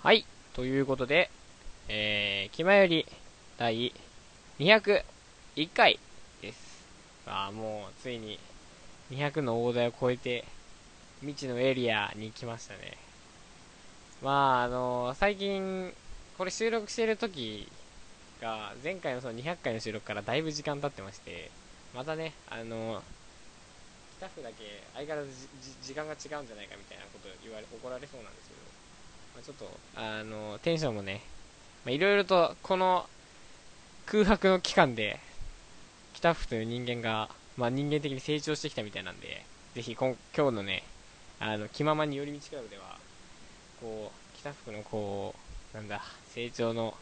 はい。ということで、気まより第201回です。もうついに200の大台を超えて未知のエリアに来ましたね。最近、これ収録してる時が、前回のその200回の収録からだいぶ時間経ってまして、またね、スタッフだけ相変わらず時間が違うんじゃないかみたいなこと怒られそうなんですけど、ちょっと、テンションもね、いろいろとこの空白の期間で、キタフという人間が、人間的に成長してきたみたいなんで、ぜひ今日のね、気ままに寄り道クラブでは、キタフの成長の、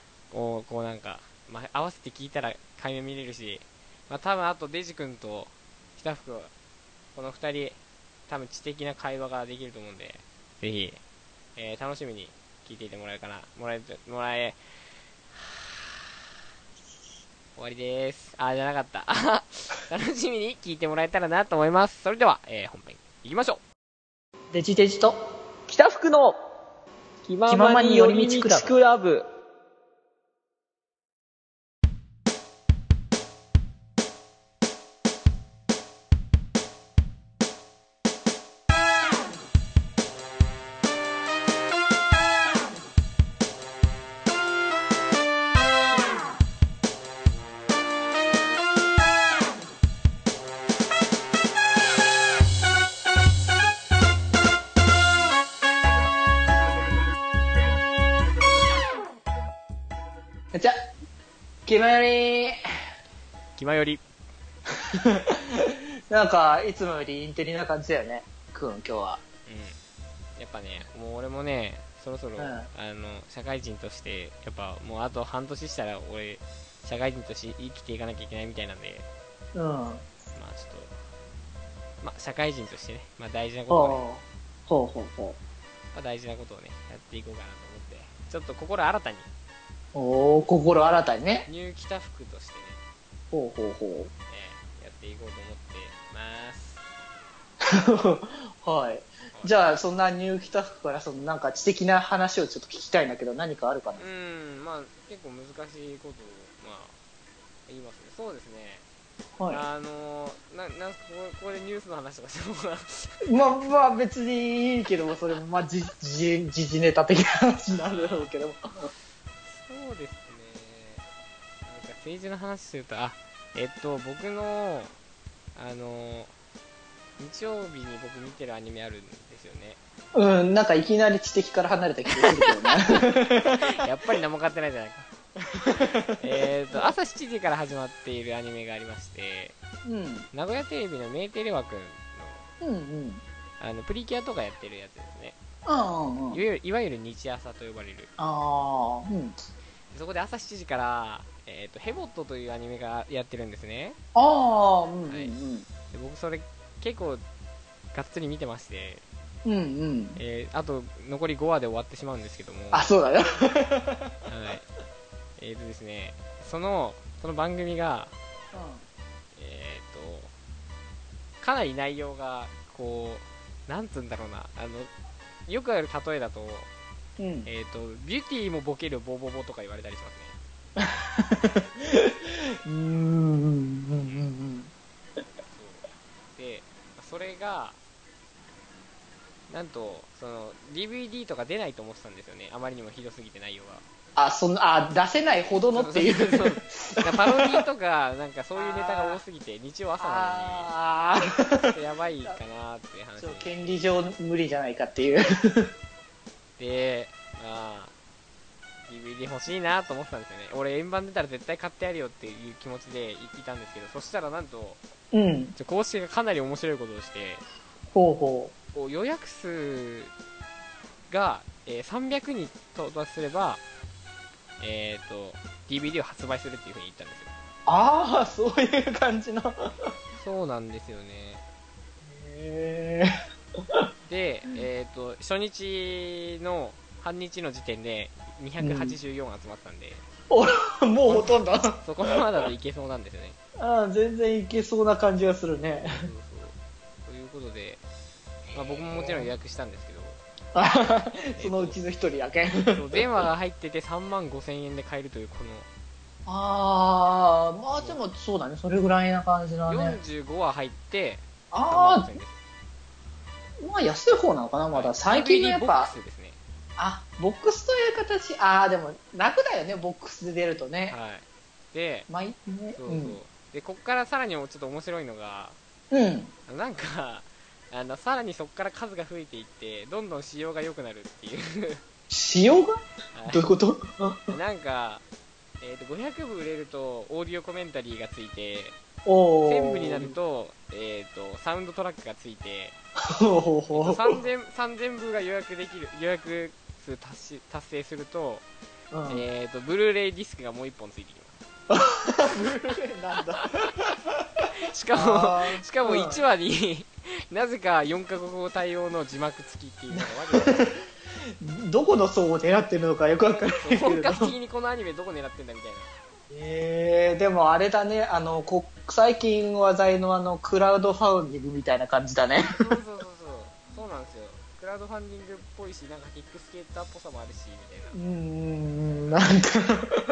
合わせて聞いたら解明見れるし、多分あとデジ君とキタフこの二人、多分知的な会話ができると思うんで、ぜひ、楽しみに聞いていてもらえるかな、終わりです。じゃなかった。楽しみに聞いてもらえたらなと思います。それでは、本編行きましょう。デジデジと北福の気ままに寄り道クラブ。 じゃ、気まよりなんかいつもよりインテリな感じだよね、くん今日は。 やっぱね、もう俺もね、そろそろ、社会人としてやっぱもうあと半年したら俺社会人として生きていかなきゃいけないみたいなんで、ちょっと社会人としてね、大事なことをね、大事なことをねやっていこうかなと思って、ちょっと心新たに。 心新たにね。 ニュー北福としてね。やっていこうと思ってます。 はい。じゃあそんなニュー北福からそのなんか知的な話をちょっと聞きたいんだけど、何かあるかな。 結構難しいことを言いますね。そうですね。 はい。 ここでニュースの話とかしても別にいいけども、それも時事ネタ的な話なんだろうけども。 そうですね。政治の話すると、僕の日曜日に僕見てるアニメあるんですよね。 なんかいきなり知的から離れた気がするけどね。 やっぱり何も買ってないじゃないか。朝7時から始まっているアニメがありまして、名古屋テレビのメーテレ枠の、プリキュアとかやってるやつですね。いわゆる日朝と呼ばれる。そこで朝7時から、ヘボットというアニメがやってるんですね。僕それ結構がっつり見てまして、あと残り5話で終わってしまうんですけども。 そうだよ。 ですね、その番組が、かなり内容がなんつうんだろうな、よくある例えだと、ビューティーもボケるボボボとか言われたりしますね。で、それがなんとその DVD とか出ないと思ってたんですよね。あまりにもひどすぎて内容が。 出せないほどのっていう。 パロディとかなんかそういうネタが多すぎて、日曜朝なのにちょっとやばいかなっていう話。 権利上無理じゃないかっていう。 で、DVD 欲しいなと思ってたんですよね。俺円盤出たら絶対買ってやるよっていう気持ちでいたんですけど、そしたらなんと、公式がかなり面白いことをして、予約数が、300人到達すれば、DVD を発売するっていう風に言ったんですよ。 そういう感じの。 そうなんですよね。で、初日の半日の時点で284集まったんで、 もうほとんどそこまでだといけそうなんですよね。 全然いけそうな感じがするね。 ということで、僕ももちろん予約したんですけど、 そのうちの一人やけん。 そう電話が入ってて3万5千円で買えるというこああ、まあでもそうだね、それぐらいな感じだのね。 45話入って3万あ 5千円です。 あ、まあ安い方なのかな、まだ。最近のやっ DVD ボッぱク、スですね。 あ、ボックスという形、ああ、でも楽だよね、ボックスで出るとね。 はいでまあ、ね、 そうそう、でこっからさらにちょっと面白いのが、 うん。 なんかさらにそこから数が増えていってどんどん仕様が良くなるっていう仕様がどういうことなんか、500部売れるとオーディオコメンタリーがついて、 おー。 1000部になると、サウンドトラックがついて、 ほう 3000部が予約数達成すると、 うん、 ブルーレイディスクがもう1本ついてきます。 なんだ。 しかも1話になぜか4カ国語対応の字幕付きっていうのがわけでどこの層を狙ってるのかよくわからないけれど。 本格的にこのアニメどこ狙ってんだみたいな。 でもあれだね、最近話題のクラウドファウンディングみたいな感じだね。 そうなんですよ。クラウドファンディングっぽいし、なんかキックスケーターっぽさもあるしみたいな。 なんか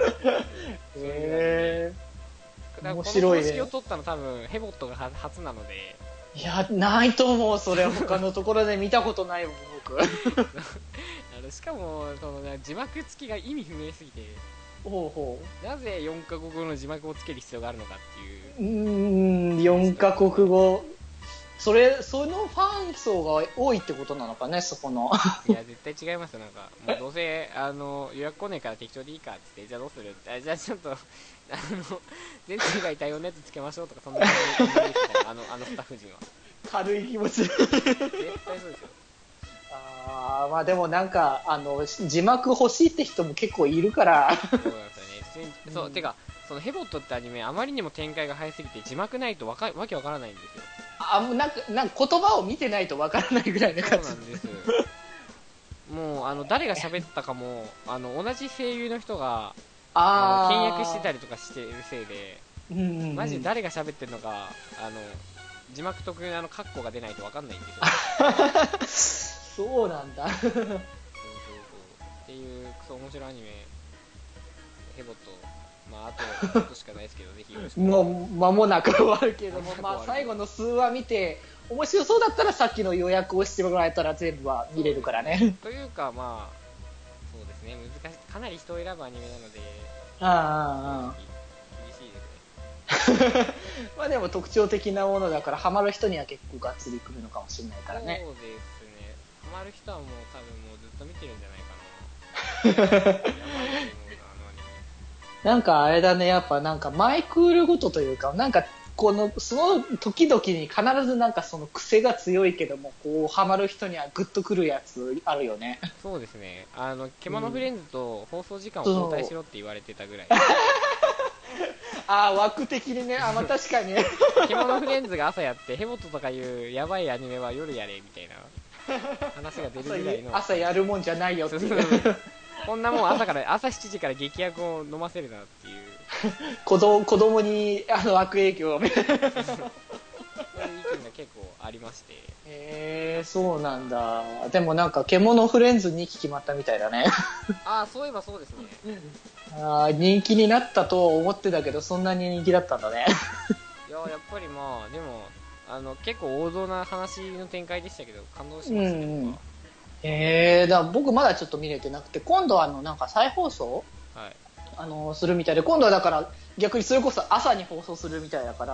面白いね。 この方式を取ったの多分ヘボットが初なので。 いや、ないと思う、それ。他のところで見たことないもん、僕。 しかも字幕付きが意味不明すぎて、 ほうほなぜ4カ国語の字幕をつける必要があるのかっていう。 4カ国語。そのファン層が多いってことなのかね、そこの。 いや、絶対違いますよ。なんか、もうどうせ、予約来ねえから適当でいいかって言って、じゃあどうするじゃあちょっと、全世界対応のやつつけましょうとか、そんな感じで言ってたよ、スタッフ陣は。 軽い気持ちで。 絶対そうですよ。 まあでもなんか、字幕欲しいって人も結構いるから。 そうなんですよね。そう、てか、そのヘボットってアニメ、あまりにも展開が早すぎて、字幕ないとわけわからないんですよ。 なんか言葉を見てないとわからないぐらいな感じ。 そうなんです。もう、誰が喋ったかも、同じ声優の人が、倹約してたりとかしてるせいで、マジで誰が喋ってるのか、字幕特有のカッコが出ないと分かんないんですそよ。 うなんだ。 そうっていうクソ面白いアニメ、ヘボット、まああとちょっとしかないですけど、ぜひよろしく。 もう間もなく終わるけども、まあ最後の数話見て面白そうだったらさっきの予約をしてもらえたら全部は見れるからね。 というかまあそうですね、かなり人を選ぶアニメなので、厳しいですね。 まあでも特徴的なものだからハマる人には結構がっつりくるのかもしれないからね。 そうですね。ハマる人はもう多分もうずっと見てるんじゃないかな。やばいと思うな、アニメ。 なんかあれだね、やっぱなんかマイクールごとというか、なんかその時々に必ずなんかその癖が強いけども、こうハマる人にはグッとくるやつあるよね。 そうですね。獣フレンズと放送時間を交代しろって言われてたぐらい。 枠的にね、まあ確かに。 獣フレンズが朝やって、ヘボットとかいうやばいアニメは夜やれみたいな話が出るぐらいの。 朝やるもんじゃないよっていう。 こんなもん朝7時から劇薬を飲ませるなっていう。 子供に悪影響を。そういう意見が結構ありまして。 そうなんだ。でもなんか獣フレンズ2期決まったみたいだね。 そういえばそうですね。 人気になったと思ってたけど、そんなに人気だったんだね。 いややっぱりまあでも結構王道な話の展開でしたけど感動しましたね。 だから僕まだちょっと見れてなくて、今度なんか再放送、 はい、 するみたいで、今度はだから逆にそれこそ朝に放送するみたいだから、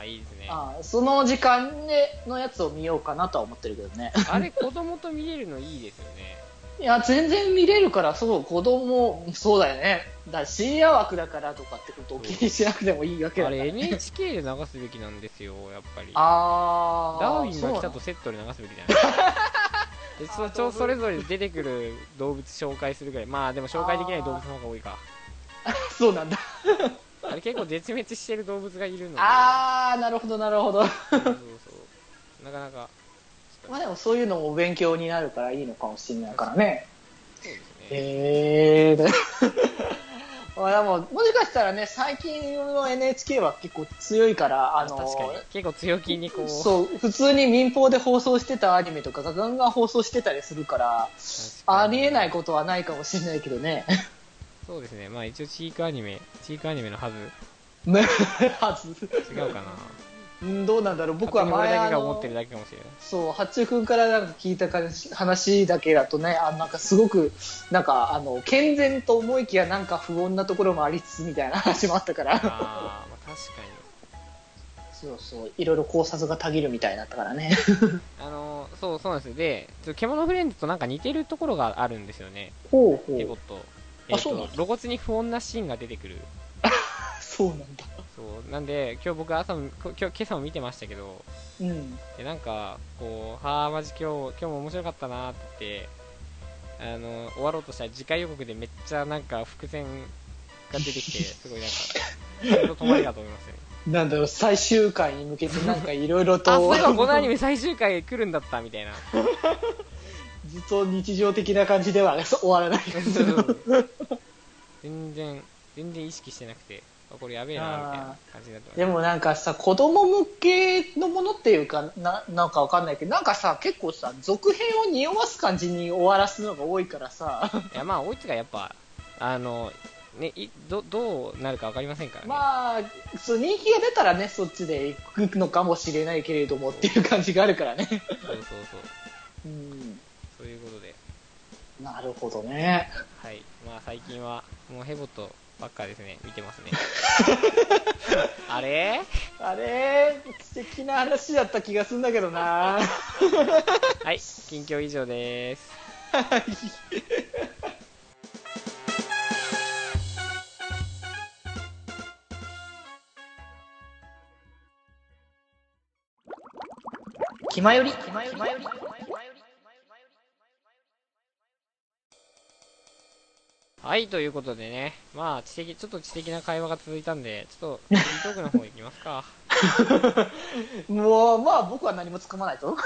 いいですね。 その時間のやつを見ようかなとは思ってるけどね。 あれ子供と見れるのいいですよね。 いや全然見れるから、そう子供そうだよね。だから深夜枠だからとかってことを気にしなくてもいいわけだから、ね。 あれ NHK で流すべきなんですよ、やっぱり。ダーウィンが来たとセットで流すべきじゃないですか。それぞれ出てくる動物紹介するぐらい。まあでも紹介できない動物の方が多いか。 そうなんだ。 あれ結構絶滅してる動物がいるので。 なるほどなるほど。 そうなかなか。 まあでもそういうのも勉強になるからいいのかもしれないからね。 そうですね。 まあでも、もしかしたらね、最近の NHK は結構強いから、 確かに結構強気にこう。 そう、普通に民放で放送してたアニメとかがガンガン放送してたりするから、ありえないことはないかもしれないけどね。 そうですね。まあ一応チークアニメのはず。 ね、はず。 違うかな。 どうなんだろう。僕は前俺だけが思ってるだけかもしれない。 そう、八中君からなんか聞いた話だけだとね、なんかすごく、なんか健全と思いきやなんか不穏なところもありつつみたいな話もあったから。 まあ確かに。 そうそう、いろいろ考察がたぎるみたいだったからね。 そうなんですよ。で、獣フレンズとなんか似てるところがあるんですよね。 ほうほう。 ヘボと。 そうなんだ。 露骨に不穏なシーンが出てくる。 そうなんだ。 そうなんで今日僕今朝も見てましたけど、 うん、 でなんかこうマジ今日も面白かったなって言って終わろうとしたら次回予告でめっちゃなんか伏線が出てきてすごいなんかずっと止まりかと思いますね。 なんだろう、最終回に向けてなんかいろいろとそういえばこのアニメ最終回来るんだったみたいなずっと日常的な感じでは終わらない全然意識してなくてこれやべえなみたいな感じになってます。 でもなんかさ、子供向けのものっていうかなんかわかんないけど、なんかさ結構さ続編を匂わす感じに終わらすのが多いからさいやまあおいつがやっぱね、どうなるか分かりませんからね。 まあそう人気が出たらねそっちで行くのかもしれないけれどもっていう感じがあるからね。 そううん、 そういうことで。 なるほどね。 はい、まあ最近はもうヘボとばっかですね、見てますね。あれ素敵な話だった気がするんだけどな。 はい、近況以上です。 気まより。 はい、ということでね、まあちょっと知的な会話が続いたんで、ちょっとフリートークの方行きますか。 もうまあ僕は何も突っ込まないと。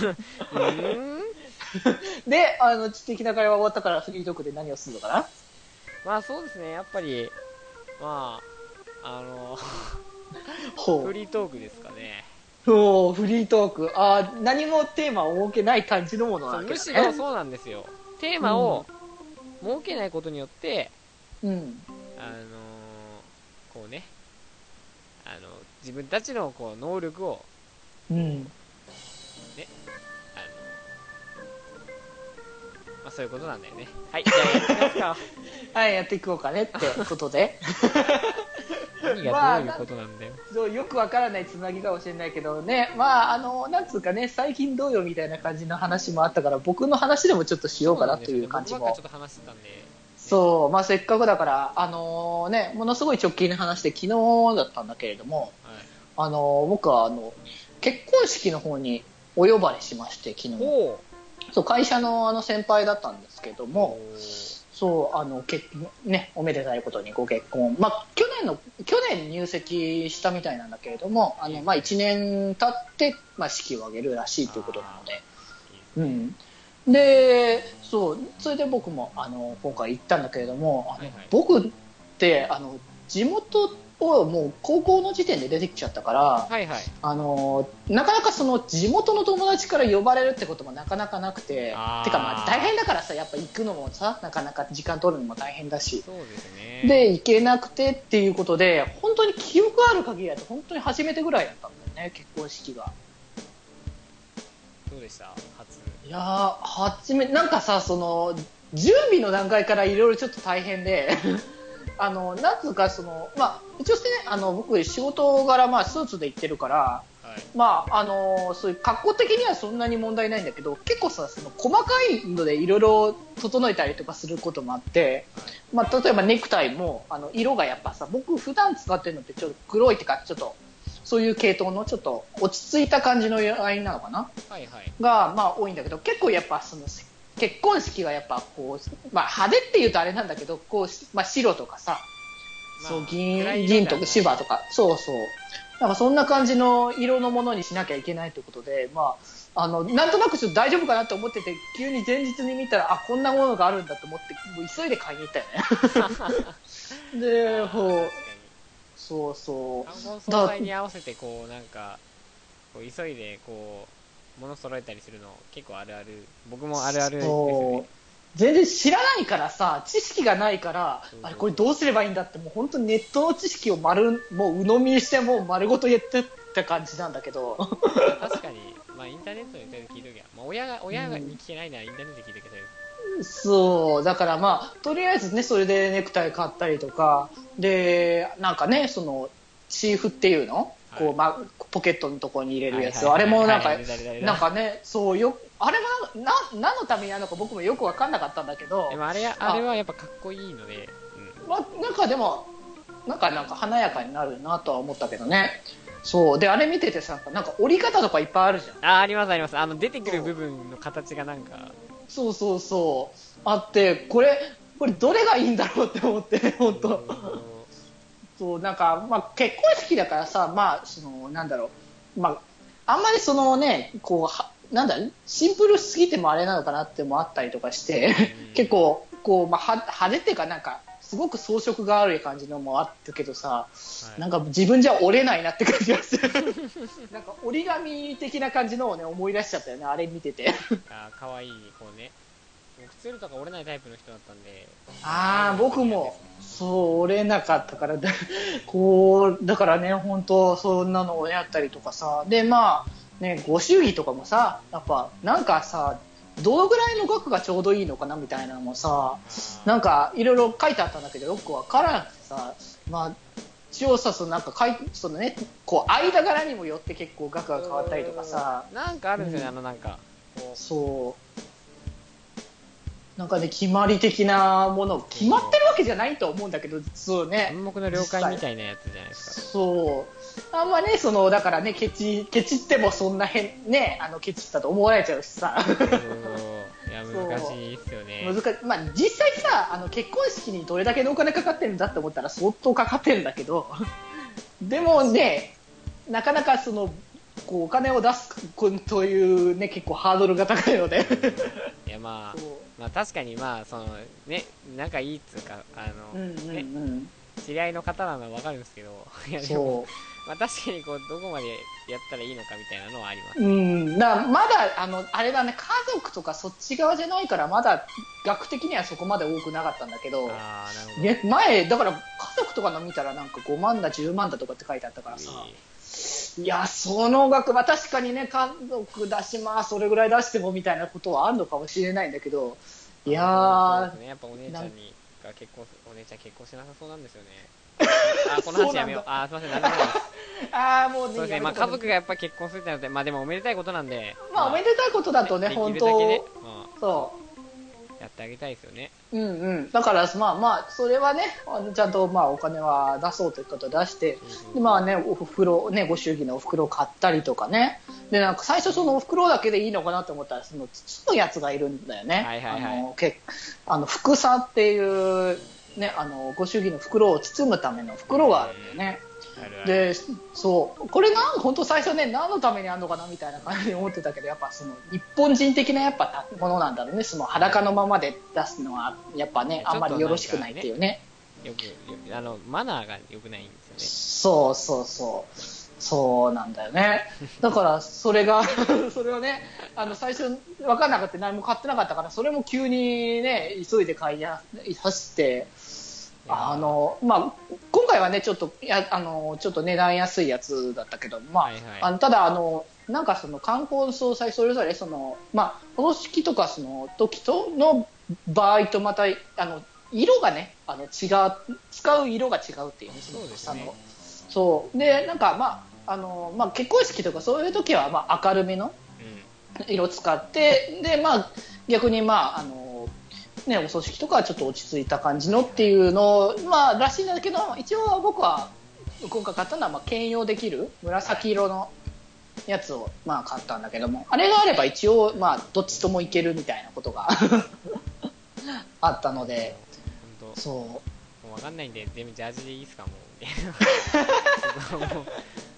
で、知的な会話終わったからフリートークで何をするのかな。 まあそうですね、やっぱりまあフリートークですかね。 フリートーク。何もテーマを設けない感じのものなんむしろそうなんですよ。テーマを設けないことによって、こうね、自分たちのこう能力を、ね、まあそういうことなんだよね。はい、じゃあやってみますか。 はい、やっていこうかねってことで。 何がどういうことなんだよ。 よくわからないつなぎかもしれないけどね、まあなんつうかね、最近どうよみたいな感じの話もあったから、僕の話でもちょっとしようかなという感じも。 僕ばっかちょっと話してたんで。 そう、まあせっかくだからね、ものすごい直近の話で昨日だったんだけれども、はい、僕は結婚式の方にお呼ばれしまして昨日。そう会社の先輩だったんですけども。そうね、おめでたいことにご結婚、まあ、去年入籍したみたいなんだけれどもまあ、1年経って、まあ、式を挙げるらしいということなので、でそれで僕も今回行ったんだけれども僕って地元をもう高校の時点で出てきちゃったから、なかなかその地元の友達から呼ばれるってこともなかなかなくて、てかまあ大変だからさ、やっぱ行くのもさなかなか時間取るのも大変だし、 そうですね、 で行けなくてっていうことで、本当に記憶ある限りだと本当に初めてぐらいだったんだよね、結婚式が。 どうでした初？ いやなんかさ、その準備の段階からいろいろちょっと大変でなんつうかまあ、一応してね、僕仕事柄、まあ、スーツで行ってるから、はい、まあそういう格好的にはそんなに問題ないんだけど、結構さ細かいのでいろいろ整えたりとかすることもあって、はい、まあ、例えばネクタイも色がやっぱさ、僕普段使ってるのってちょっと黒いっていうか、ちょっとそういう系統のちょっと落ち着いた感じの色合いなのかな、はいはい、が、まあ、多いんだけど、結構やっぱ結婚式はやっぱこう、まあ、派手っていうとあれなんだけど、こう、まあ、白とかさ、そう銀とかシルバーとか、そうそうなんかそんな感じの色のものにしなきゃいけないということで、まあ、なんとなくちょっと大丈夫かなと思ってて、急に前日に見たら、あ、こんなものがあるんだと思って、もう急いで買いに行ったよね。で、こう、そうそう。 冠婚葬祭に合わせてこうなんかこう急いでこう物揃えたりするの結構あるある、僕もあるあるですよね。 全然知らないからさ、知識がないから、 そうそうそう、 あれこれどうすればいいんだって、もう本当にネットの知識をもう鵜呑みにしてもう丸ごと言ってった感じなんだけど。 確かに、まあインターネットでとりあえず聞いときゃ、まあ親に聞けないならインターネットで聞いときゃとりあえず。 そう、だからまあ、とりあえずね、それでネクタイ買ったりとか、で、なんかね、その、チーフっていうの、こう、まあ、ポケットのところに入れるやつ、あれもなんか、なんかね、そうよ、あれは何のためにやるのか僕もよく分かんなかったんだけど、 でもあれはやっぱかっこいいので、 まあ、なんかでも、なんか華やかになるなとは思ったけどね。そう。で、あれ見ててさ、なんか折り方とかいっぱいあるじゃん。 ありますあります。出てくる部分の形がなんか。 そうそうそう。あって、これどれがいいんだろうって思って、本当。そう、なんか、まあ、結婚式だからさ、まあ、その、なんだろう。まあ、あんまりそのね、こう、なんだ、シンプルすぎてもあれなのかなってもあったりとかして、結構、こう、まあ、派手っていうかなんか、すごく装飾がある感じのもあったけどさ、はい、なんか自分じゃ折れないなって感じがする。なんか折り紙的な感じのをね、思い出しちゃったよね、あれ見てて。 かわいい、こうね。靴とか折れないタイプの人だったんで。 僕も、そう、折れなかったから、こう、だからね、本当そんなのをやったりとかさ、で、まあ、ね、ご祝儀とかもさ、やっぱ、なんかさ、どのぐらいの額がちょうどいいのかなみたいなのもさ、なんかいろいろ書いてあったんだけどよくわからなくてさ、まあ一応さ、そのなんかそのね、こう間柄にもよって結構額が変わったりとかさ、 なんかあるんですよね、なんかそうなんかね、決まり的なもの決まってるわけじゃないと思うんだけど、そうね、 暗黙の了解みたいなやつじゃないですか。 そうあんまね、そのだからね、ケチってもそんな変ね、ケチったと思われちゃうしさ。 いや難しいですよね。 まあ、実際さ、結婚式にどれだけのお金かかってるんだって思ったら相当かかってるんだけど、でもね、なかなかそのこうお金を出すというね、結構ハードルが高いので。 いやまあ確かにまあそのね、仲いいっつうか知り合いの方なのはわかるんですけど、いやでもまあ確かにこうどこまでやったらいいのかみたいなのはあります。 まだあれだね、家族とかそっち側じゃないからまだ額的にはそこまで多くなかったんだけど、前だから家族とかの見たらなんか5万だ10万だとかって書いてあったからさ、いやその額は確かにね、家族だし、まあそれぐらい出してもみたいなことはあるのかもしれないんだけど、いやー、そうですね、やっぱお姉ちゃん結婚しなさそうなんですよね。この話やめよう。すみません、なるほど。もうそうですね、まあ家族がやっぱ結婚するってなって、まあでもおめでたいことなんで、 まあおめでたいことだとね、本当ね、 そうやってあげたいですよね。 だからまあそれはね、ちゃんとまあお金は出そうということを出して、でまあね、お袋ね、ご祝儀のお袋を買ったりとかね、でなんか最初そのお袋だけでいいのかなと思ったら、その包むやつがいるんだよね。福さっていうね、ご祝儀の袋を包むための袋があるんだよね。でそうこれが本当最初ね、何のためにあるのかなみたいな感じで思ってたけど、やっぱその日本人的なやっぱものなんだろうね。その裸のままで出すのはやっぱね、あんまりよろしくないっていうね。 マナーが良くないんですよね。そうなんだよね。だからそれをね、最初分かんなかった、何も買ってなかったから、それも急にね急いで買い走って。まあ、今回はねちょっと値段安いやつだったけど、まあただなんかその冠婚葬祭それぞれそのまあこの式とかその時との場合とまた色がね違う、使う色が違うっていうね。 そうですね。 そうでなんかまあ結婚式とかそういう時はまあ明るめの色使って、でまあ逆にまあね、お葬式とかはちょっと落ち着いた感じのっていうの、まあ、らしいんだけど、一応僕は今回買ったのはまあ兼用できる紫色のやつをまあ買ったんだけども、あれがあれば一応まあどっちともいけるみたいなことがあったので、 そうもう分かんないんで全部ジャージでいいですかもうも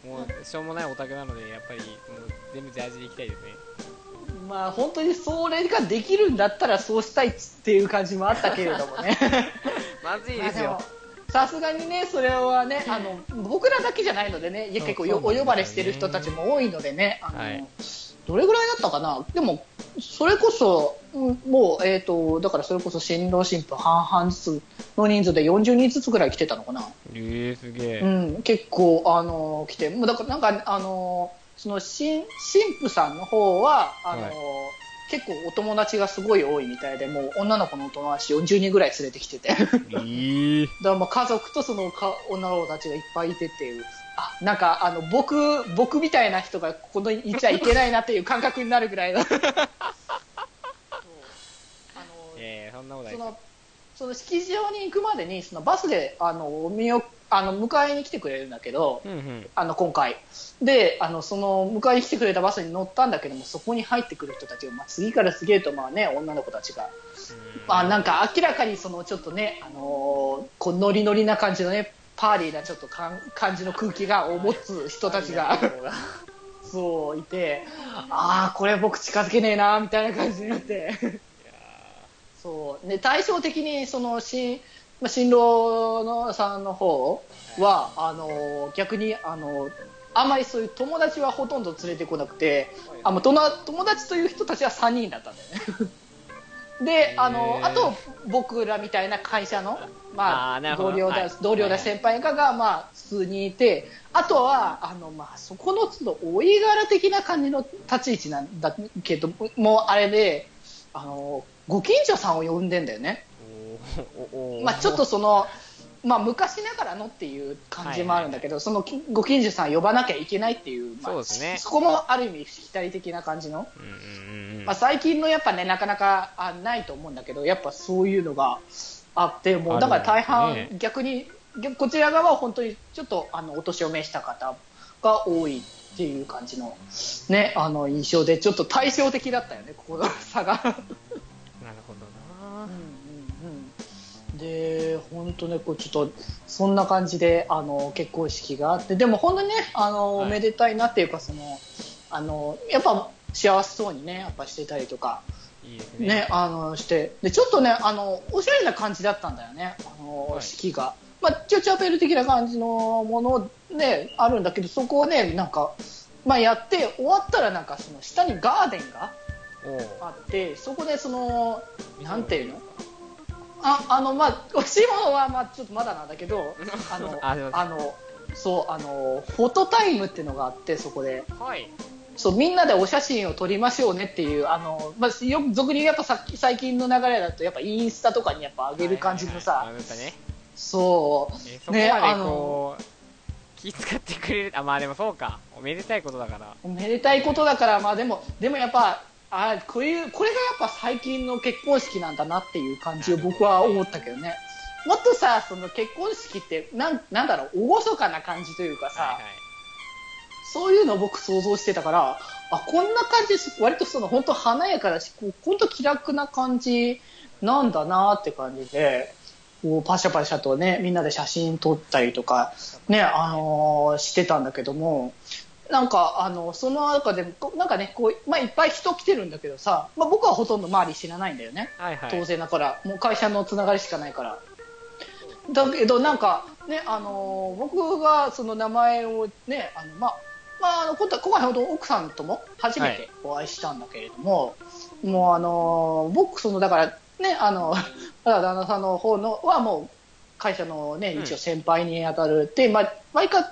もうしょうもないオタクなのでやっぱりもう全部ジャージで行きたいですね。 まあ本当にそれができるんだったらそうしたいっていう感じもあったけれどもね。 まずいですよ。 さすがにね、それはね、僕らだけじあのでね、結構お呼ばれしてる人たちも多いのでね、 はい、 どれぐらいだったかな。でもそれこそもうだからそれこそ新郎新婦半々ずつの人数で40人ずつぐらい来てたのかな。 すげえ。 うん、結構来て、もうだからなんかその新婦さんの方ははい、結構お友達がすごい多いみたいで、もう女の子のお友達40人ぐらい連れてきてて、だからもう家族とその女の子たちがいっぱいいてっていう、なんか僕みたいな人がここにいちゃいけないなっていう感覚になるぐらいのそうそんなことない。 その式場に行くまでにそのバスで迎えに来てくれるんだけど、今回でその迎えに来てくれたバスに乗ったんだけども、そこに入ってくる人たちが、次から次へと女の子たちが、なんか明らかにそのちょっとね、こうノリノリな感じのね、パーリーなちょっと感じの空気を持つ人たちがそういて、これ僕近づけねえなみたいな感じになってそうね、対照的にその新郎さんの方は逆にあんまりそういう友達はほとんど連れてこなくて、友達という人たちは3人だったんだよね。であと僕らみたいな会社の、同僚だ先輩が数人いて、あとはそこの追い柄的な感じの立ち位置なんだけども、あれでご近所さんを呼んでんだよね。ちょっとその、昔ながらのっていう感じもあるんだけど、そのご近所さん呼ばなきゃいけないっていう、 そうですね、 そこもある意味しきたり的な感じの、最近のやっぱね、なかなかないと思うんだけど、やっぱそういうのがあって、もうだから大半、逆にこちら側は本当にちょっとお年を召した方が多いっていう感じのね、印象で、ちょっと対照的だったよね、ここの差が。なるほどな。 で本当ね、こうちょっとそんな感じで結婚式があって、でも本当にねおめでたいなっていうか、そのやっぱ幸せそうにねやっぱしてたりとかいいですね、 してでちょっとねおしゃれな感じだったんだよね、式が。チャペル的な感じのものであるんだけど、そこをねなんか、やって終わったらなんかその下にガーデンがあって、そこでそのなんていうの、おいしいものはちょっとまだなんだけどそうフォトタイムっていうのがあって、そこで、そうみんなでお写真を撮りましょうねっていう、よく俗にやっぱ最近の流れだとやっぱインスタとかにやっぱ上げる感じのさ、そうそこまでこう気使ってくれる、でもそうか、おめでたいことだから、 でもやっぱこれがやっぱ最近の結婚式なんだなっていう感じを僕は思ったけどね。もっとさ、その結婚式ってなんだろう、厳かな感じというかさ、そういうのを僕想像してたから、こんな感じで割とその本当華やかだし、本当気楽な感じなんだなって感じで、こうパシャパシャとねみんなで写真撮ったりとかねしてたんだけども。なんかその中でなんかねこう、いっぱい人来てるんだけどさ、僕はほとんど周り知らないんだよね、当然だから、もう会社のつながりしかないから。だけどなんかね僕がその名前をね今回ほど奥さんとも初めてお会いしたんだけれども、もう僕そのだからね旦那さんの方のはもう会社のね一応先輩に当たるって、毎回直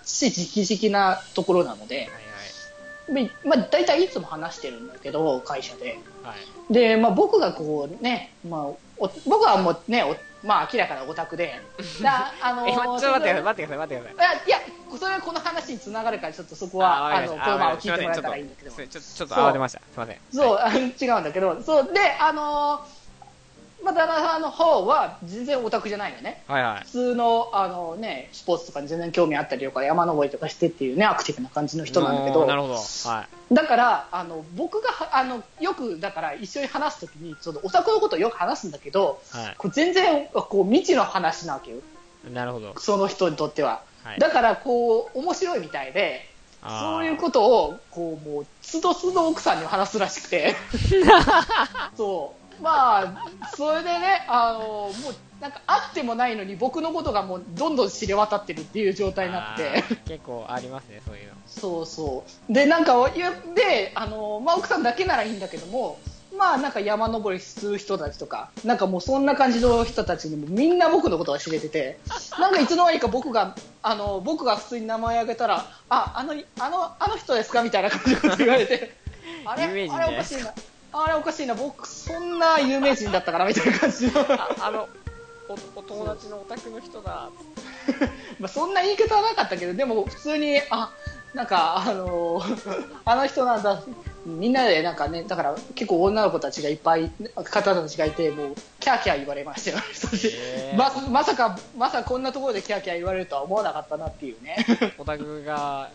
々なところなので、大体いつも話してるんだけど会社で、で僕がこうね、僕はもうね明らかなオタクでちょっと待ってください。 いやそれはこの話につながるから、ちょっとそこはこのまま聞いてもらえたらいいんだけど、 ちょっと慌てました、すいません。 そう違うんだけど、そうで旦那さんの方は全然オタクじゃないよね、普通のスポーツとかに全然興味あったりとか山登りとかしてっていうねアクティブな感じの人なんだけど、 なるほど、 だから僕がよくだから一緒に話すときにそのオタクのことをよく話すんだけど、こう全然こう未知の話なわけよ、 なるほど、 その人にとっては、だからこう面白いみたいで、 そういうことを、こう、もう、つどつど奥さんに話すらしくて。そう。まあ、それでね、もう、なんか、会ってもないのに、僕のことがもう、どんどん知れ渡ってるっていう状態になって。 結構ありますね、そういうの。 そうそう。で、なんか、で、まあ、奥さんだけならいいんだけども、まあ、なんか山登りする人たちとか、なんかもうそんな感じの人たちにもみんな僕のことが知れてて、なんかいつの間にか僕が普通に名前挙げたら、あの人ですかみたいな感じで言われて、あれ有名人あれおかしいな。あれおかしいな。僕、そんな有名人だったからみたいな感じの。 お友達のオタクの人だ。 まあそんな言い方はなかったけど、でも普通に、なんか、あの人なんだ、みんなでなんかね、だから結構女の子たちがいっぱい、方たちがいて、もう、キャーキャー言われましたよ。まさかこんなところでキャーキャー言われるとは思わなかったなっていうね。 オタクが、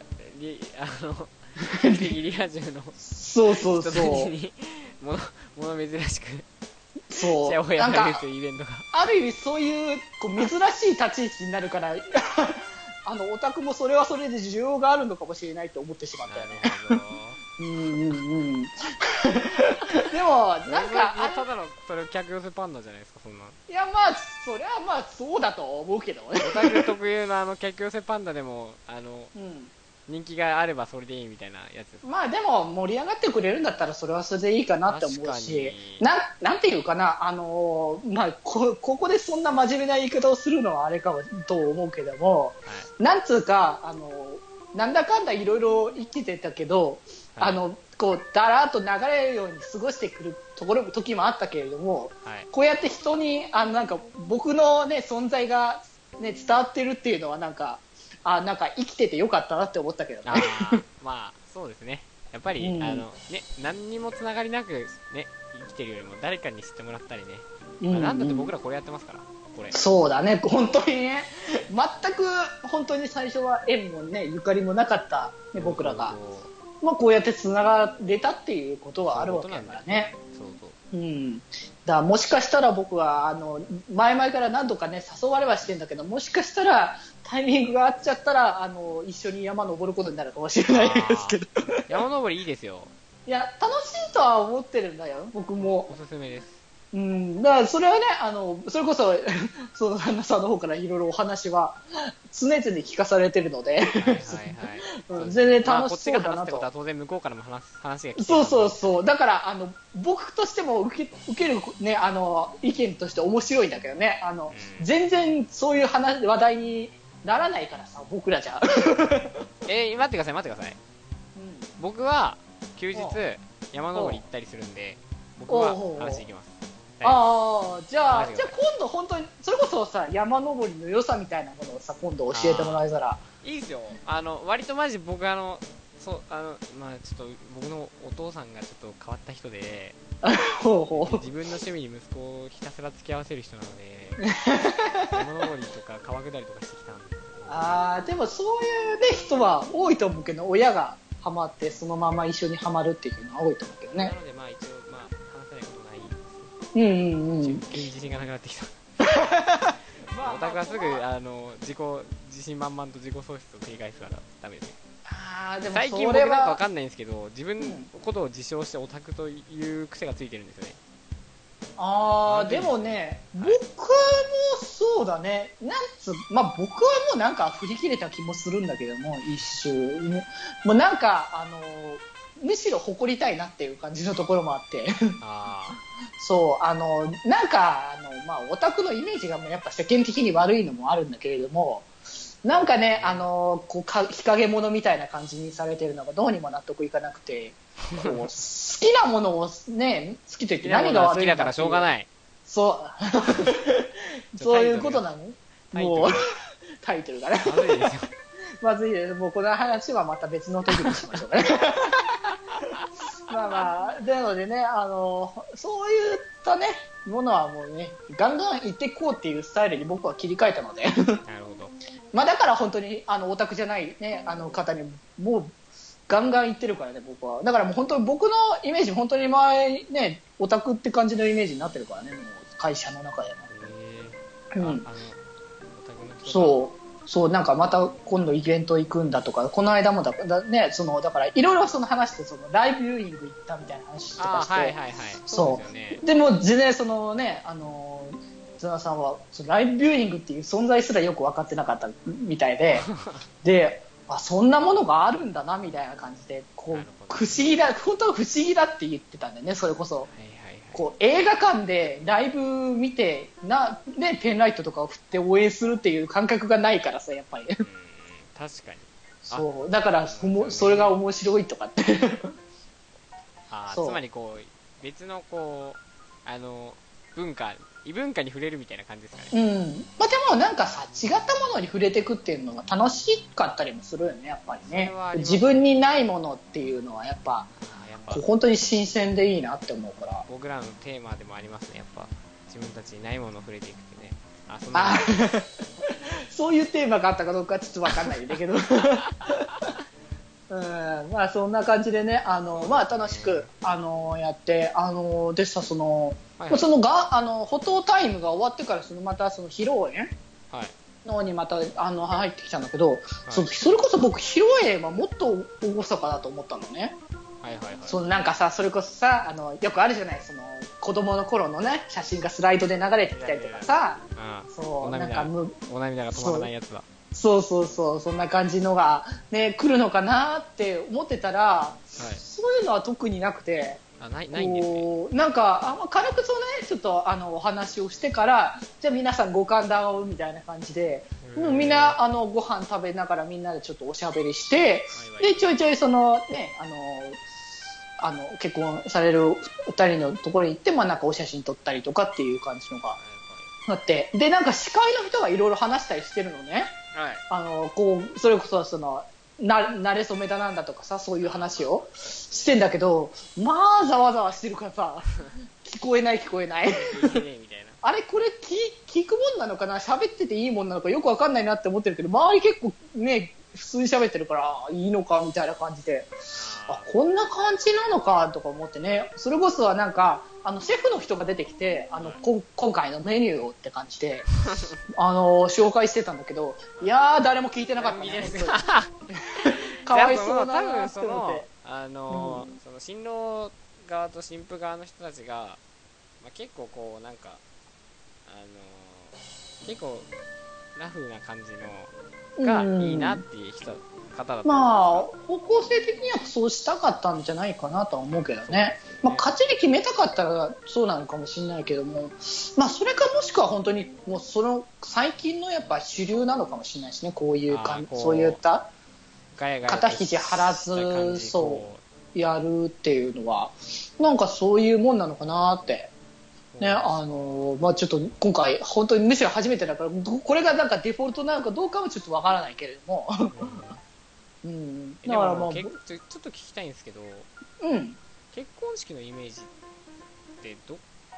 リア充のそうそうそう。 人たちに、物珍しく、 そう。 シェアをやられるというイベントが。 ある意味そういう珍しい立ち位置になるから、オタクもそれはそれで需要があるのかもしれないと思ってしまったよね。 なるほど。 でも、なんか、 ただの、それ客寄せパンダじゃないですか、そんな。 いや、まあ、それはまあ、そうだと思うけどね。 オタク特有の客寄せパンダでも、 うん人気があればそれでいいみたいなやつです。 まあでも盛り上がってくれるんだったらそれはそれでいいかなって思うし、なんていうかな、まあここでそんな真面目な言い方をするのはあれかもと思うけども、 はい、 なんつうかなんだかんだいろいろ生きてたけど、はい、こうだらっと流れるように過ごしてくる時もあったけれども、はい、こうやって人になんか僕のね存在がね伝わってるっていうのはなんか生きててよかったなって思ったけどね。 まあそうですね。やっぱり、何にもつながりなくね生きてるよりも誰かに知ってもらったりね。なんだって僕らこれやってますから。これ。 そうだね、本当にね。全く本当に最初は縁もねゆかりもなかった、ね、僕らが。まあこうやってつながれたっていうことはあるわけだからね。だからもしかしたら僕は前々から何度かね誘われはしてんだけど、もしかしたらタイミングが合っちゃったら一緒に山登ることになるかもしれないですけど。 山登りいいですよ。 いや楽しいとは思ってるんだよ僕も。 おすすめです。 だからそれはねそれこそその旦那さんの方からいろいろお話は常々聞かされてるので、全然楽しそうだなと。こっちが話すってことは当然向こうからも話が聞ける。そうだから僕としても受けるね意見として面白いんだけどね全然そういう話題にならないからさ僕らじゃ。 待ってください。僕は休日山登り行ったりするんで僕は話いきます。 じゃあ今度本当にそれこそさ山登りの良さみたいなものをさ今度教えてもらえたらいいですよ。割とマジ僕まあちょっと僕のお父さんがちょっと変わった人で自分の趣味に息子をひたすら付き合わせる人なので山登りとか川下りとかしてきたんですけどでもそういうね人は多いと思うけど親がハマってそのまま一緒にハマるっていうのは多いと思うけどね。 なのでまあ一応話せないことないです。自信がなくなってきた。オタクはすぐ自信満々と自己喪失を繰り返すからダメです。 でも最近僕なんかわかんないんですけど自分のことを自称してオタクという癖がついてるんですよね。 でもね、僕もそうだね。僕はもうなんか振り切れた気もするんだけども、一周。もうなんか、むしろ誇りたいなっていう感じのところもあって。そう、なんか、オタクのイメージがやっぱ世間的に悪いのもあるんだけれども、なんかね、日陰者みたいな感じにされてるのがどうにも納得いかなくて、好きなものをね、好きと言って何が悪いんだっていう。好きだからしょうがない。そう。そういうことなの？もう、タイトルがね。まずいですよ。まずいです。もうこの話はまた別の時にしましょうかね。なのでね、そういったね、ものはもうね、ガンガン行っていこうっていうスタイルに僕は切り替えたので。なるほど。だから本当にオタクじゃないね方にもうガンガン言ってるからね僕は。だからもう本当に僕のイメージ本当に前ねオタクって感じのイメージになってるからねもう会社の中でも。そうそうなんかまた今度イベント行くんだとか、この間もね、だからいろいろその話して、ライブビューイング行ったみたいな話とかして、 はいはいはい、そうですよね。 でも全然ね、津田さんはライブビューイングっていう存在すらよく分かってなかったみたいでで、そんなものがあるんだなみたいな感じで、こう不思議だ、本当は不思議だって言ってたんだよね。それこそ、こう映画館でライブ見てね、ペンライトとかを振って応援するっていう感覚がないからさ、やっぱり。 確かに。 そうだからそれが面白いとかってつまりこう別のこう異文化に触れるみたいな感じですかね。 まあ、でもなんかさ、違ったものに触れていくっていうのが楽しかったりもするよね、やっぱりね。自分にないものっていうのはやっぱ本当に新鮮でいいなって思うから。 僕らのテーマでもありますね、やっぱ自分たちにないものを触れていくってね。 そういうテーマがあったかどうかはちょっと分かんないんだけどまあそんな感じでね、まあ楽しくやってでさ、そのフォトタイムが終わってからまた披露宴の方にまた入ってきたんだけど、それこそ僕披露宴はもっと厳かだと思ったのね。なんかさ、それこそさ、よくあるじゃない、子供の頃のね写真がスライドで流れてきたりとかさ、 なんかお涙が止まらないやつだ。 そうそんな感じのがね来るのかなって思ってたら、そういうのは特になくて、 ないんですね。 なんか軽くちょっとお話をしてから、じゃあ皆さんご歓談をみたいな感じで、もうみんなご飯食べながらみんなでちょっとおしゃべりして、でちょいちょいね結婚される2人のところに行って、なんかお写真撮ったりとかっていう感じのがあって、でなんか司会の人がいろいろ話したりしてるのね。こうそれこそ慣れ初めだなんだとかさ、そういう話をしてんだけど、まあざわざわしてるからさ聞こえないあれこれ聞くもんなのかな、喋ってていいもんなのかよくわかんないなって思ってるけど、周り結構ね普通に喋ってるからいいのかみたいな感じで、こんな感じなのかとか思ってね。それこそはなんかシェフの人が出てきて今回のメニューをって感じで紹介してたんだけど、いやー誰も聞いてなかったねかわいそうだなって思って、 その新郎側と新婦側の人たちが、結構こうなんか結構ラフな感じのがいいなっていう方だったんです。 方向性的にはそうしたかったんじゃないかなとは思うけどね。勝ちに決めたかったらそうなのかもしれないけども、それかもしくは本当にもう最近のやっぱ主流なのかもしれないしね、こういうそういった肩肘張らずそうやるっていうのはなんかそういうもんなのかなってね。ちょっと今回本当にむしろ初めてだから、これがなんかデフォルトなのかどうかはちょっとわからないけれどもだからちょっと聞きたいんですけど、結婚式のイメージってど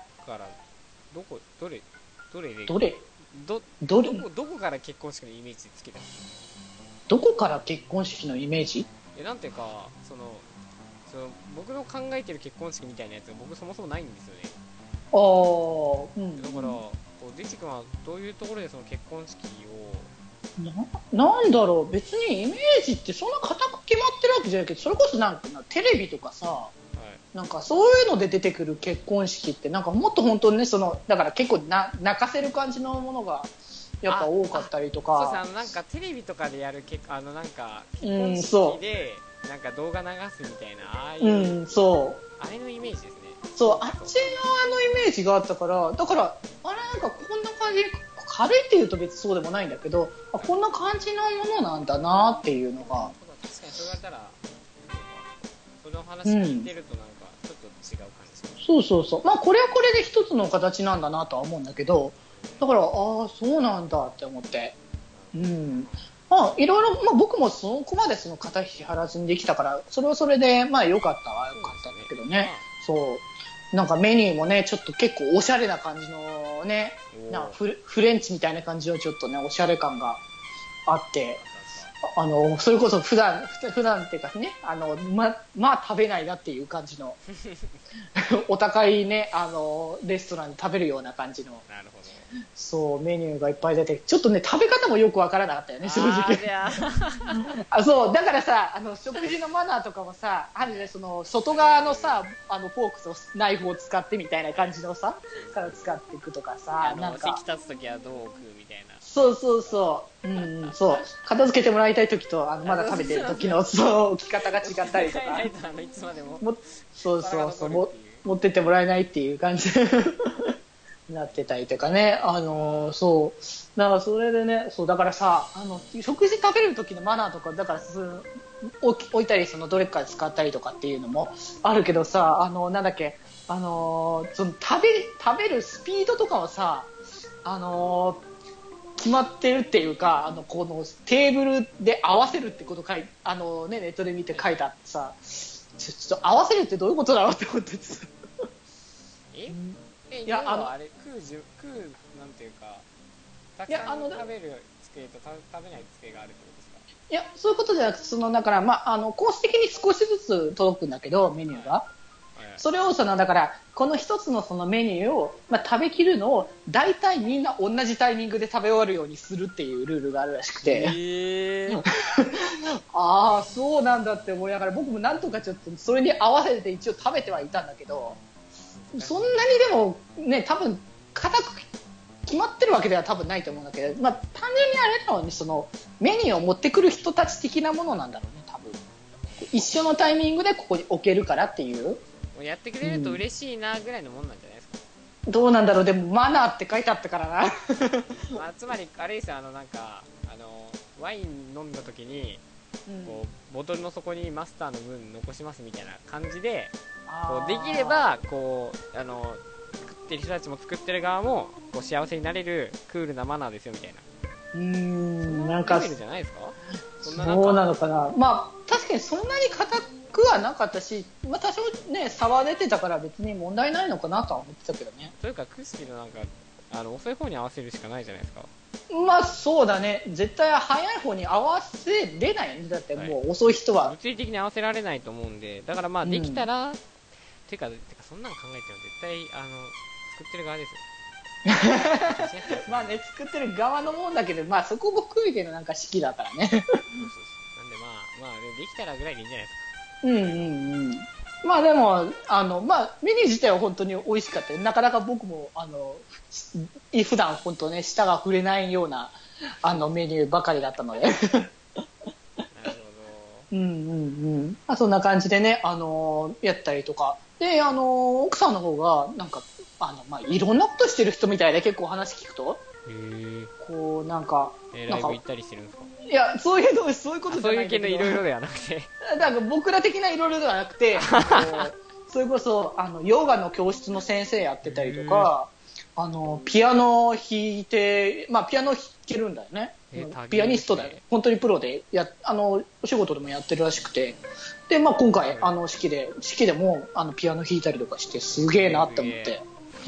こから結婚式のイメージつけたの？ どこから結婚式のイメージ？ なんていうか僕の考えてる結婚式みたいなやつが僕そもそもないんですよね。だからデチ君はどういうところでその結婚式をなんだろう、別にイメージってそんな固く決まってるわけじゃないけど、それこそなんかテレビとかさ、なんかそういうので出てくる結婚式ってなんかもっと本当にね、だから結構泣かせる感じのものがやっぱ多かったりとか、 そうさ、なんかテレビとかでやるなんか結婚式でなんか動画流すみたいな、ああいうあれのイメージですね。 そう、あっちのイメージがあったから、だからなんかこんな感じ、軽いっていうと別にそうでもないんだけど、こんな感じのものなんだなっていうのが。 確かにそう言われたら、その話聞いてるとなんかちょっと違う感じ。 そう、これはこれで一つの形なんだなとは思うんだけど、だからそうなんだって思って、いろいろ、僕もそこまで肩肘張らずにできたから、それはそれで良かったは良かったんだけどね。なんかメニューもね、ちょっと結構おしゃれな感じのね、フレンチみたいな感じのちょっとね、おしゃれ感があって、 それこそ普段っていうかね、まあ食べないなっていう感じの、お高いね、レストランで食べるような感じの、 なるほど。 そう、メニューがいっぱい出て、ちょっとね、食べ方もよくわからなかったよね、正直。そう、だからさ、食事のマナーとかもさ、あるね、その、外側のさ、フォークとナイフを使ってみたいな感じのさ、から使っていくとかさ、なんか。 席立つときはどう置くみたいな。 そうそうそう。そう。片付けてもらいたいときと、まだ食べてるときの、そう、置き方が違ったりとか。 いつまでも。 そうそうそう。持ってってもらえないっていう感じになってたりとかね。そう。だからそれでね、そう、だからさ、食事食べるときのマナーとか、だから置いたり、どれか使ったりとかっていうのもあるけどさ、なんだっけ、その食べるスピードとかはさ、決まってるっていうか、このテーブルで合わせるってことネットで見て書いてあってさ、ちょっと合わせるってどういうことだろうって思ってさ。 いや、あれ食うなんていうか、たくさん食べる机と食べない机があるってことですか？ いや、そういうことじゃなくて、だから、コース的に少しずつ届くんだけど、メニューが。それをだからこの一つのそのメニューを、食べきるのを大体みんな同じタイミングで食べ終わるようにするっていうルールがあるらしくて、ああそうなんだって思いながら、僕もなんとかちょっとそれに合わせて一応食べてはいたんだけど、そんなにでもね、多分固く決まってるわけでは多分ないと思うんだけど、単純にあれだろうね、そのメニューを持ってくる人たち的なものなんだろうね、多分一緒のタイミングでここに置けるからっていう。 やってくれると嬉しいなぐらいのもんなんじゃないですか？ どうなんだろう、でもマナーって書いてあったからな。 つまりあれですよ、ワイン飲んだ時に、こうボトルの底にマスターの分残しますみたいな感じで、こうできればこう作ってる人たちも作ってる側もこう幸せになれるクールなマナーですよみたいな。 なんかレベルじゃないですか？ そうなのかな。確かにそんなに硬くはなかったし、多少ね差は出てたから別に問題ないのかなとは思ってたけどね。 というかクスピの遅い方に合わせるしかないじゃないですか。 そうだね、絶対早い方に合わせれないよね。だってもう遅い人は、 物理的に合わせられないと思うんで、だからできたら、てかそんなの考えても絶対作ってる側ですよ。 作ってる側のもんだけど、そこも含めてのなんか式だからね。 なんでできたらぐらいでいいんじゃないですか。 でもメニュー自体は本当に美味しかったよ。なかなか僕も普段本当ね舌が触れないようなメニューばかりだったので。なるほど。そんな感じでねやったりとかで、奥さんの方がなんかいろんなことしてる人みたいで、結構話聞くと、こうなんかライブ行ったりしてるんですか？ いや、そういうことじゃないんだけど、 そういう系のいろいろではなくて、 だから僕ら的ないろいろではなくて、それこそヨガの教室の先生やってたりとか、ピアノ弾いて、ピアノ弾けるんだよね。ピアニストだよ。本当にプロでお仕事でもやってるらしくて、で今回式でもピアノ弾いたりとかしてすげえなって思って。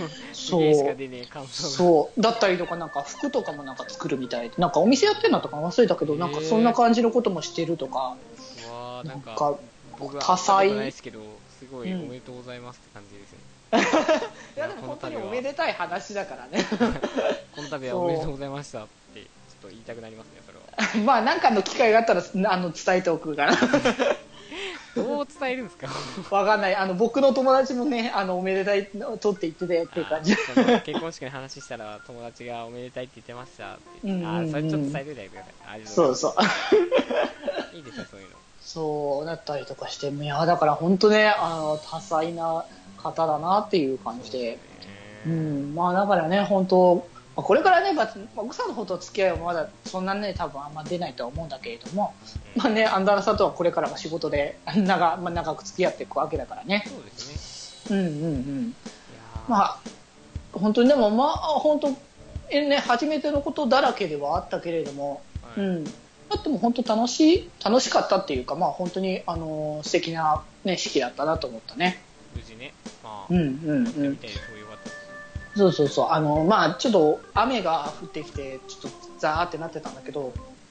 そうだったりとか、なんか服とかもなんか作るみたいで、なんかお店やってるのとか忘れたけど、なんかそんな感じのこともしてるとか、 なんか多彩。 ないですけど、すごいおめでとうございますって感じですね。 いやでも本当におめでたい話だからね。 この度はおめでとうございましたってちょっと言いたくなりますね、それは。なんかの機会があったら伝えておくかな。 どう伝えるんですか？ わかんない。僕の友達もね、おめでたいとって言ってたよっていう感じ。 結婚式の話したら友達がおめでたいって言ってましたって言って、それちょっと伝えておいてください。 そうそう。 いいですよ、そういうの。 そうだったりとかして、いやだから本当ね、多彩な方だなっていう感じで、だからね、本当これからね、奥さんの方と付き合いはまだそんなね、多分あんま出ないとは思うんだけれども、アンダーさんとはこれからも仕事で長く付き合っていくわけだからね。 そうですね。本当にでも本当ね、初めてのことだらけではあったけれども、だっても本当楽しかったっていうか、本当に素敵なね式だったなと思ったね。 無事ね。 みたいでそうそうそう。ちょっと雨が降ってきてちょっとザーってなってたんだけど、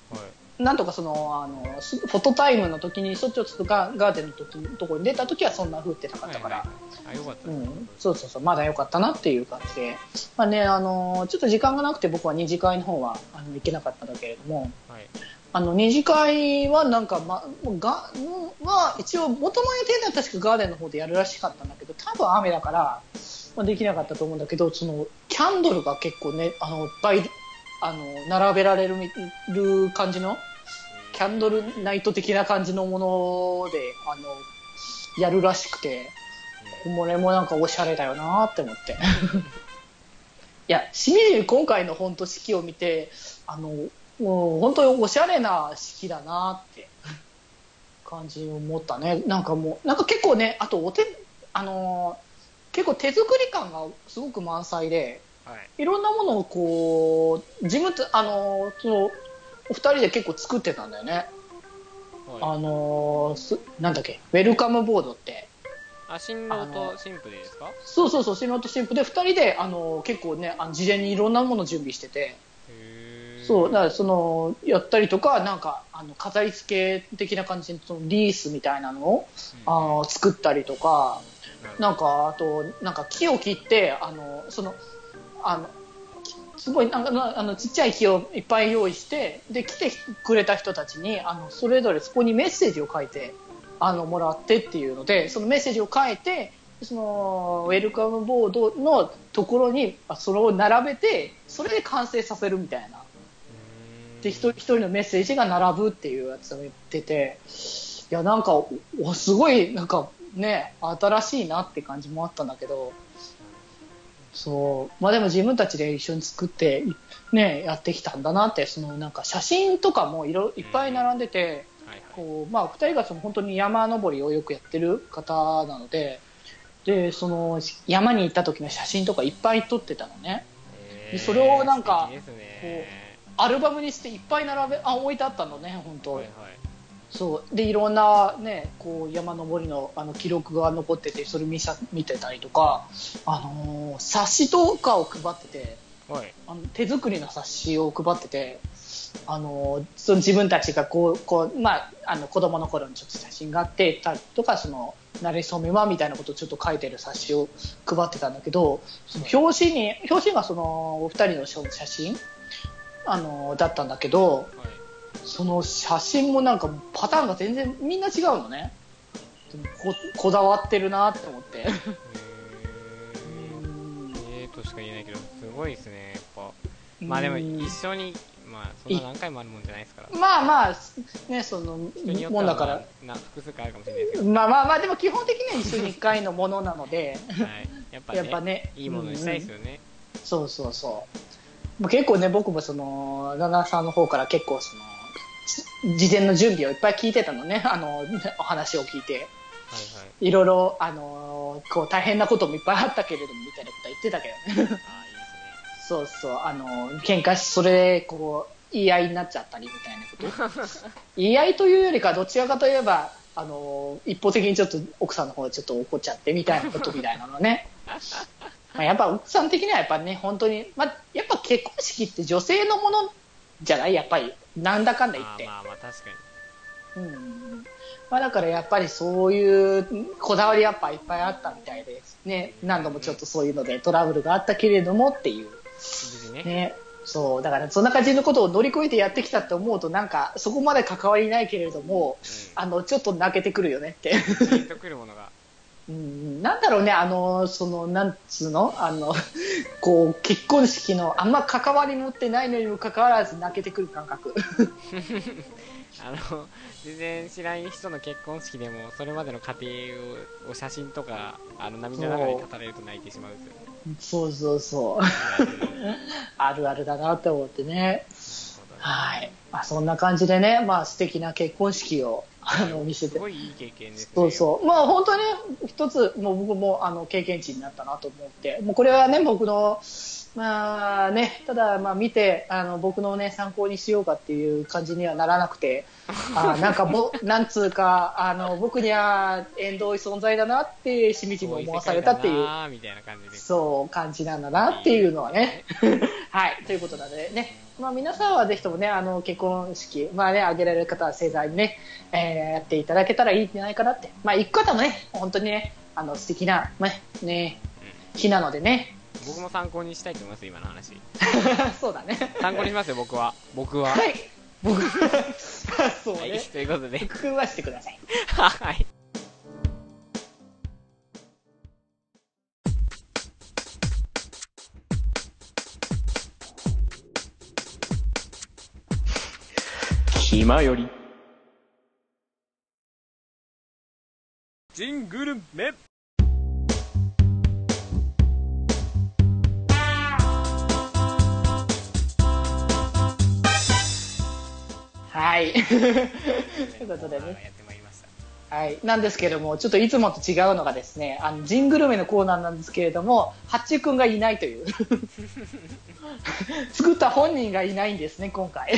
なんとかフォトタイムの時にしょっちゅうちょっとガーデンのところに出た時はそんな降ってなかったから、 あ、よかったうです。 ん、そうそうそう、まだ良かったなっていう感じで、まあね、ちょっと時間がなくて僕は二次会の方は行けなかったんだけれども、 はい。 二次会はなんか、一応元の予定では確かガーデンの方でやるらしかったんだけど、多分雨だから、できなかったと思うんだけど、キャンドルが結構ね、いっぱい、並べられる感じの、キャンドルナイト的な感じのもので、やるらしくて、これもなんかおしゃれだよなって思って。いや、しみじみ今回の本当式を見て、もう本当におしゃれな式だなって感じを思ったね。なんか結構ね、あと結構手作り感がすごく満載で、 はい。 いろんなものをこう、お二人で結構作ってたんだよね。 はい。 なんだっけ、ウェルカムボードって。 あ、新郎と新婦でですか？ そうそうそう、新郎と新婦で二人で、結構ね、事前にいろんなものを準備してて、そう、だからやったりとか、なんか、飾り付け的な感じで、リースみたいなのを、作ったりとか、なんか、あと、なんか木を切って、すごい、なんか、ちっちゃい木をいっぱい用意して、で、来てくれた人たちに、それぞれそこにメッセージを書いて、もらってっていうので、そのメッセージを書いて、ウェルカムボードのところに、それを並べて、それで完成させるみたいな。で、一人のメッセージが並ぶっていうやつを言ってて、いや、なんか、すごい、なんかね、新しいなって感じもあったんだけど、そう、まあでも自分たちで一緒に作って、ね、やってきたんだなって、なんか写真とかもいっぱい並んでて、こう、まあ二人が本当に山登りをよくやってる方なので、で、山に行った時の写真とかいっぱい撮ってたのね。でそれをなんか、こう、アルバムにしていっぱい置いてあったのね、本当。はいはい、そうでいろんなね、こう山登りの記録が残ってて、それ見てたりとか、冊子とかを配ってて、はい、手作りの冊子を配ってて、自分たちがまあ、子供の頃にちょっと写真があってたりとか、慣れ初めはみたいなことをちょっと書いてる冊子を配ってたんだけど、表紙がお二人の写真だったんだけど、はい、その写真もなんかパターンが全然みんな違うのね。でもこだわってるなって思ってとしか言えないけど、すごいですね、やっぱ。まあでも一緒に、まあそんな何回もあるもんじゃないですから。 まあまあね、 人によっては、まあ、複数回あるかもしれないですけど、 まあまあまあ、でも基本的には一緒に1回のものなので、 はい、やっぱね、いいものにしたいですよね。 そうそうそう。結構ね、僕も旦那さんの方から結構事前の準備をいっぱい聞いてたのね、お話を聞いて。はいはい、いろいろ、こう大変なこともいっぱいあったけれどもみたいなことは言ってたけどね。あ、いいですね。そうそう、喧嘩し、それでこう言い合いになっちゃったりみたいなこと。言い合いというよりか、どちらかといえば、一方的にちょっと奥さんの方でちょっと怒っちゃってみたいなことみたいなのね。まあやっぱ奥さん的にはやっぱね、本当に、まあ、やっぱ結婚式って女性のものじゃない、やっぱりなんだかんだ言って。 まあまあ確かに。 まあだからやっぱりそういうこだわりやっぱいっぱいあったみたいですね。何度もちょっとそういうのでトラブルがあったけれどもっていう。ね。そうだからそんな感じのことを乗り越えてやってきたって思うと、なんかそこまで関わりないけれども、ちょっと泣けてくるよねって。 泣けてくるものが。 なんだろうね、なんつうの、こう結婚式のあんま関わり持ってないのにもかかわらず泣けてくる感覚。 全然知らん人の結婚式でもそれまでの過程を写真とか涙ながらに語れると泣いてしまうんですよね。 そうそうそうあるあるだなって思ってね。はい、まあ、そんな感じでね、まあ、素敵な結婚式を見せて、 すごいいい経験ですね。 そうそう、まあ本当に一つもう僕も経験値になったなと思って、もうこれはね僕のまあね、ただまあ見て僕のね参考にしようかっていう感じにはならなくて、なんかなんつうか僕には縁遠い存在だなってしみじみ思わされたっていうそう感じなんだなっていうのはねはい、ということなのでね、 まあ、皆さんはぜひともね、結婚式、まあね、挙げられる方は盛大にね、やっていただけたらいいんじゃないかなって。まあ、行く方もね、本当にね、素敵な、ね、日なのでね。 僕も参考にしたいと思います、今の話。 そうだね。 参考にしますよ、僕は。 はい。僕そうね、 はい。ということで。 工夫はしてください。 はい。 暇よりジングルメ。 はい。ということでね。 やってまいりました。 はい。なんですけれども、ちょっといつもと違うのがですね、ジングルメのコーナーなんですけれども、八中くんがいないという。作った本人がいないんですね、今回。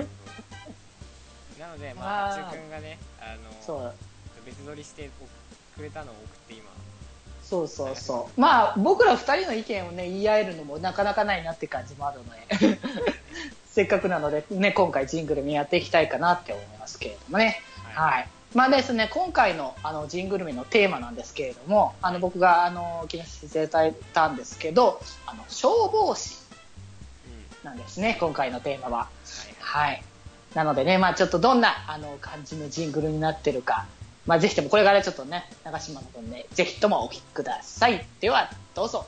なので、まあ、八中くんがね、 そう別撮りしてくれたのを送って今。 そう。まあ、僕ら二人の意見をね、言い合えるのもなかなかないなって感じもあるので。せっかくなので、ね、今回ジングルメやっていきたいかなって思いますけれどもね。はい。まあですね、今回のジングルメのテーマなんですけれども、僕が決めさせていただいたんですけど、消防士なんですね、今回のテーマは。はい。なのでね、まあちょっとどんな感じのジングルになってるか、まあぜひともこれからちょっとね、長島の分ね、ぜひともお聞きください。では、どうぞ。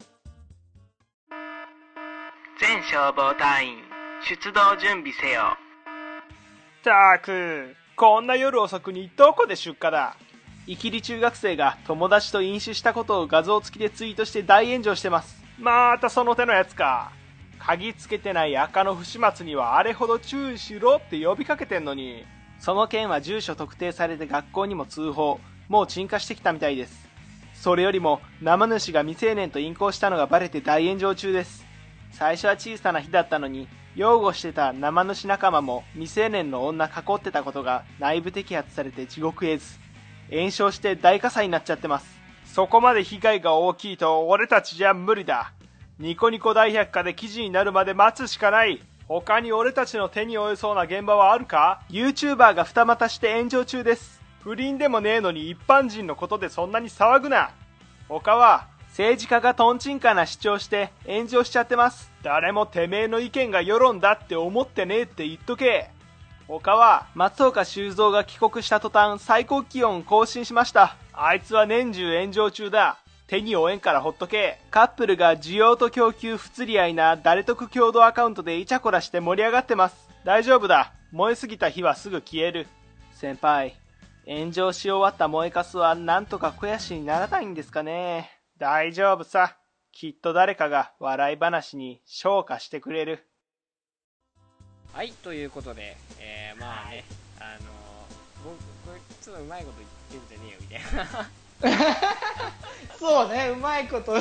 全消防隊員出動準備せよ。 たく、こんな夜遅くにどこで出荷だ。イキリ中学生が友達と飲酒したことを画像付きでツイートして大炎上してます。またその手のやつか。鍵つけてない赤の不始末にはあれほど注意しろって呼びかけてんのに。その件は住所特定されて学校にも通報、もう鎮火してきたみたいです。それよりも生主が未成年と淫行したのがバレて大炎上中です。最初は小さな火だったのに、擁護してた生主仲間も未成年の女囲ってたことが内部摘発されて地獄絵図。炎症して大火災になっちゃってます。そこまで被害が大きいと俺たちじゃ無理だ。ニコニコ大百科で記事になるまで待つしかない。他に俺たちの手に負えそうな現場はあるか？ YouTuber が二股して炎上中です。不倫でもねえのに一般人のことでそんなに騒ぐな。他は政治家がトンチンカンな主張して炎上しちゃってます。誰もてめえの意見が世論だって思ってねえって言っとけ。他は松岡修造が帰国した途端最高気温更新しました。あいつは年中炎上中だ。手に負えんからほっとけ。カップルが需要と供給不釣り合いな誰得共同アカウントでイチャコラして盛り上がってます。大丈夫だ。燃えすぎた火はすぐ消える。先輩、炎上し終わった燃えかすはなんとか肥やしにならないんですかね。大丈夫さ。きっと誰かが笑い話に昇華してくれる。 はい、ということで、まあね、僕これちょっとうまいこと言ってるんじゃねえよみたいな。 そうね、うまいこと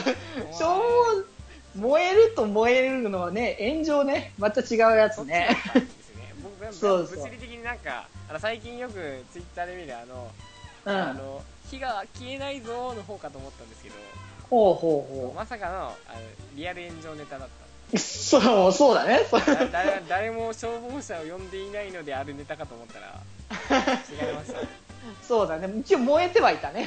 燃えると燃えるのはね、炎上ね、また違うやつね。 僕は物理的になんか最近よくツイッターで見る火が消えないぞの方かと思ったんですけど、 ほうまさかのリアル炎上ネタだった。 そうだね。 誰も消防車を呼んでいないのであるネタかと思ったら違いましたね。 そうだね、一応燃えてはいたね。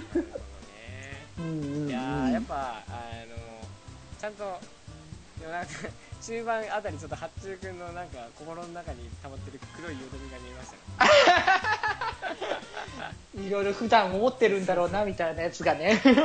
いやー、やっぱちゃんとでもなんか中盤あたりちょっと八中くんのなんか心の中に溜まってる黒いよどみが見えましたね。 いろいろ普段思ってるんだろうなみたいなやつがね。 いやー、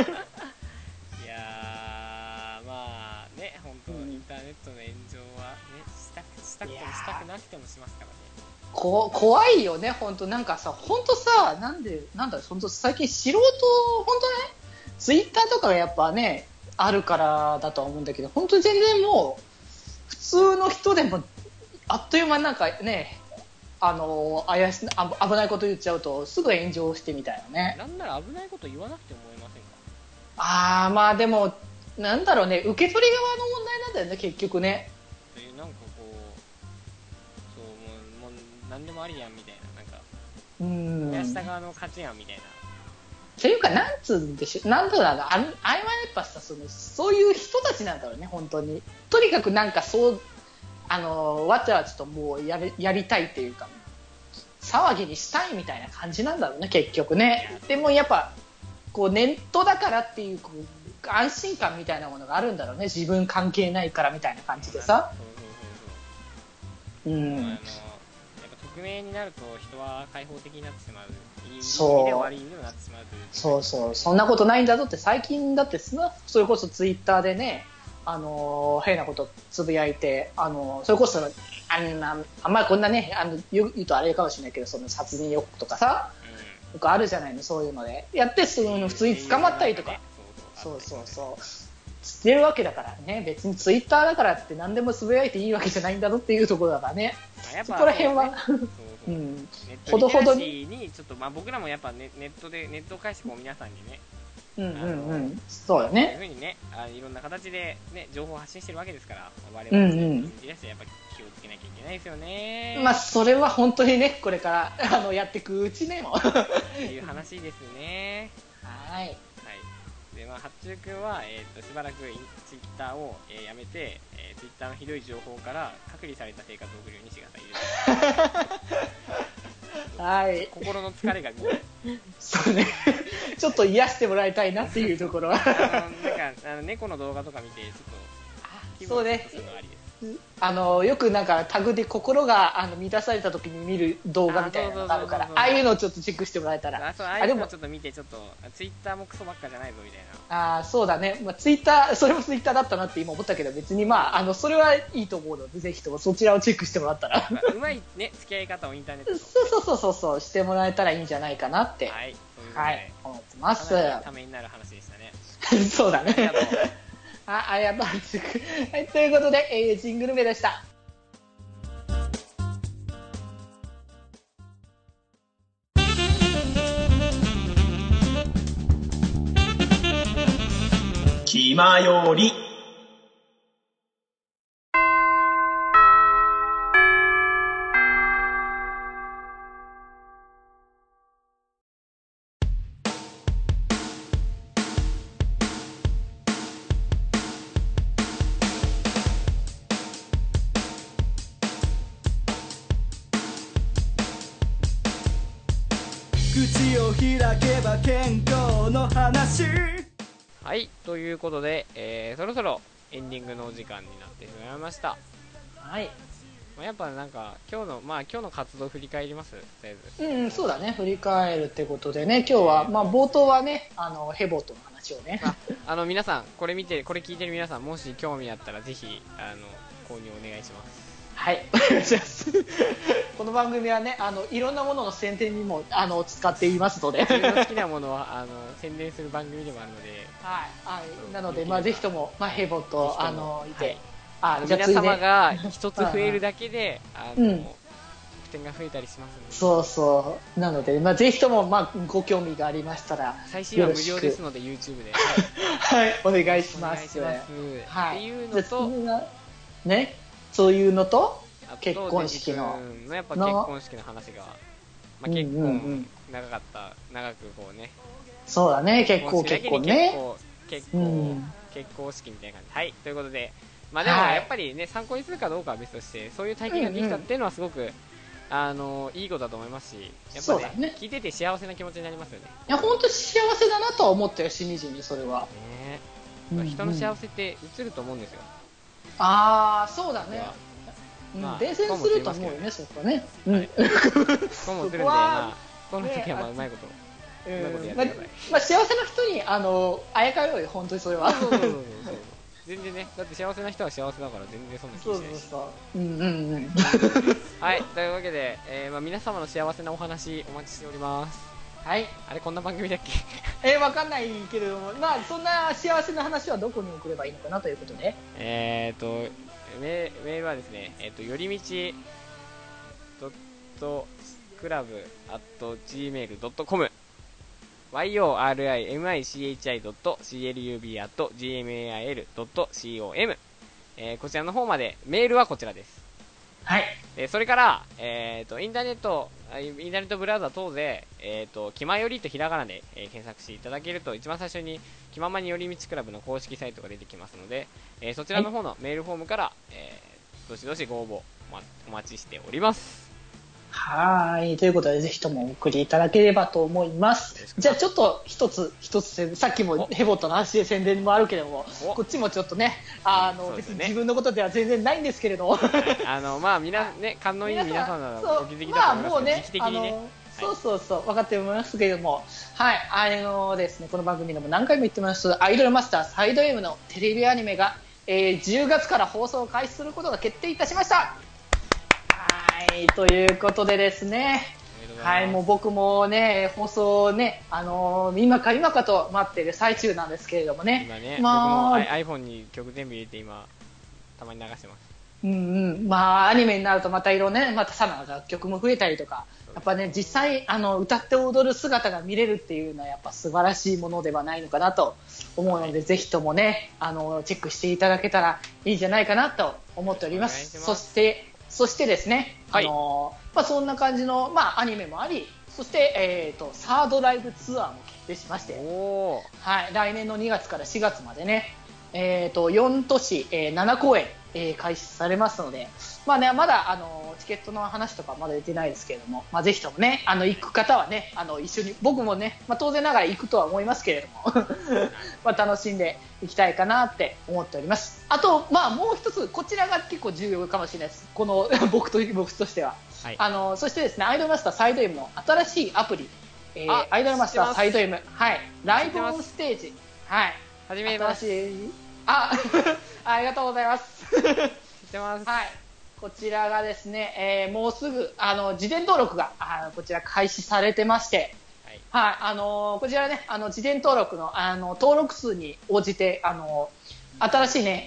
まあね、本当インターネットの炎上はね、したくなくてもしますからね。 怖いよね、本当なんかさ、本当さ、なんだ本当最近素人、本当ね、ツイッターとかがやっぱねあるからだとは思うんだけど、本当に全然もう普通の人でもあっという間になんかね、危ないこと言っちゃうとすぐ炎上してみたいなね。 なんなら危ないこと言わなくても思いませんか？ まあでもなんだろうね、受け取り側の問題なんだよね、結局ね。 なんかこう、そうもう何でもありやんみたいな、なんか燃やした側の勝ちやんみたいな。 っていうか、なんつうんでしょ、なんだろうな、あれはやっぱさ、そういう人たちなんだろうね、本当に。とにかくなんかそうわちゃわちゃともうやりたいっていうか騒ぎにしたいみたいな感じなんだろうね結局ね。でもやっぱこうネットだからっていう安心感みたいなものがあるんだろうね。自分関係ないからみたいな感じでさ。 やっぱ匿名になると人は開放的になってしまう。いい意味そうでも悪い意味でもなってしまうという。 そうそう、そんなことないんだぞって。最近だってそれこそツイッターでね、変なことつぶやいて、それこそあんまりこんなね言うとあれかもしれないけど、その殺人予告とかさ、よくあるじゃないの、そういうのでやって普通に捕まったりとか、そうしてるわけだからね。別にツイッターだからって何でもつぶやいていいわけじゃないんだぞっていうところだからね。そこら辺はほどほどにちょっと、僕らもやっぱネットを介してこう皆さんにね、 そうだね。 そういう風にね、いろんな形でね情報を発信してるわけですから、我々にやっぱ気をつけなきゃいけないですよね。 それは本当にね、これからやっていくうちねもっていう話ですね。 はい。 で八中君は、しばらくツイッターを、やめて、ツイッターのひどい情報から隔離された生活を送るようにしてください。 はい。 心の疲れが見える。 そうね。ちょっと癒してもらいたいなっていうところは。なんか猫の動画とか見てちょっと気そうね。 分をするのありです。 よくなんかタグで心が満たされた時に見る動画みたいなのがあるから、ああいうのをちょっとチェックしてもらえたら。 ああいうのをちょっと見て、ちょっとツイッターもクソばっかじゃないぞみたいな。 そうだね。ツイッター、それもツイッターだったなって今思ったけど、別にそれはいいと思うので、ぜひともそちらをチェックしてもらったら。 うまいね、付き合い方をインターネットと。 そうしてもらえたらいいんじゃないかなって。はい、思ってます。 ためになる話でしたね。 そうだね。ありがとう。はい、ということで、ジングル名でした。 気まより。口を開けば健康の話。 はい、ということで、そろそろエンディングのお時間になってしまいました。 はい。 やっぱなんか今日の活動振り返ります。 そうだね。振り返るってことでね、今日は冒頭はね、ヘボとの話をね。 皆さんこれ聞いてる皆さん、もし興味あったらぜひ購入お願いします。 はい、お願いします。この番組はね、いろんなものの宣伝にも使っていますので、 自分の好きなものは宣伝する番組でもあるので、 はい、なのでぜひともヘボといて、 皆様が一つ増えるだけで得点が増えたりしますので、 そうなのでぜひともご興味がありましたら、 最新は無料ですので YouTube で、 はい、お願いします。 っていうのとね。そういうのと結婚式のやっぱ結婚式の話が、結婚長くこうね、 そうだね、結婚ね、 結婚式みたいな感じ。はい、ということで、でもやっぱりね、参考にするかどうかは別として、そういう体験ができたっていうのはすごくいいことだと思いますし、やっぱね、聞いてて幸せな気持ちになりますよね。 いや本当幸せだなとは思ったよ、しみじみそれは。 人の幸せって映ると思うんですよ。 そうだね。伝染すると思うよね、そこね。 ここも映るんで、この時はうまいことやってください。 幸せな人にあやかようよ、本当にそれは。 全然ね、だって幸せな人は幸せだから全然そんな気しないし。はい、というわけで、皆様の幸せなお話お待ちしております。 はい。 あれ、こんな番組だっけ？ わかんないけれども、そんな幸せな話はどこに送ればいいのかなということで。 メールはですね、よりみち.club@gmail.com yorimichi.club@gmail.com こちらの方まで。メールはこちらです。 はい。 それから、インターネットブラウザ等で、気まよりとひらがなで、検索していただけると、一番最初に気ままによりみちクラブの公式サイトが出てきますので、そちらの方のメールフォームから、 どしどしご応募、お待ちしております。 はい。ということで、ぜひともお送りいただければと思います。じゃあちょっと一つ、さっきもヘボットの話で宣伝もあるけれども、こっちもちょっとね、別に自分のことでは全然ないんですけれども。 勘のいい皆さんならお気づきだと思いますけど、時期的にね。 そう、分かっておりますけれども、はい、ですね、この番組でも何回も言ってます、アイドルマスターサイド M のテレビアニメが、10月から放送を開始することが決定いたしました。はい、ということでですね、はい、もう僕もね、放送をね、今かと待っている最中なんですけれどもね。 今ね、僕も iPhone に曲全部入れて今、たまに流してます。 アニメになるとまた色ね、またさらな楽曲も増えたりとか、やっぱね、実際歌って踊る姿が見れるっていうのはやっぱ素晴らしいものではないのかなと思うので、ぜひともね、チェックしていただけたらいいんじゃないかなと思っております。そしてですね、 はい、 そんな感じの、アニメもあり、そして、サードライブツアーも決定しまして、はい、来年の2月から4月までね、4都市、7公演、開始されますので、まだチケットの話とかまだ出てないですけれども、ぜひともね、行く方はね、一緒に、僕もね、当然ながら行くとは思いますけれども楽しんでいきたいかなって思っております。あと、もう一つ、こちらが結構重要かもしれないです。この僕としては、はい、そしてですね、アイドルマスターサイド M の新しいアプリ、アイドルマスターサイド M、はい、ライブオンステージ、はい、 始めます。 ありがとうございます。 知ってます。 はい、こちらがですね、もうすぐ事前登録がこちら開始されてまして、はい、こちらね、事前登録の登録数に応じて新しいね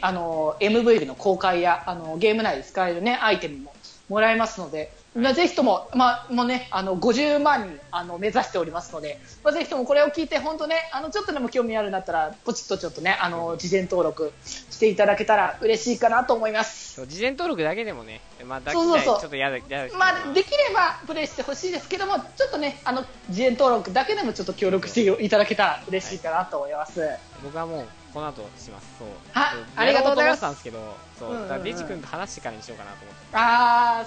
MV の公開やゲーム内で使えるねアイテムももらえますので、ぜひとも、もうね、50万人目指しておりますので、ぜひともこれを聞いて、本当ね、ちょっとでも興味あるんだったら、ポチッとちょっとね、事前登録していただけたら嬉しいかなと思います。 事前登録だけでもね、ちょっと嫌だし、 できればプレイしてほしいですけども、ちょっとね、事前登録だけでもちょっと協力していただけたら嬉しいかなと思います。 僕はもうこの後します。そう。 ありがとうございます。 やろうと思ってたんですけど、そう。デジ君と話してからにしようかなと思って。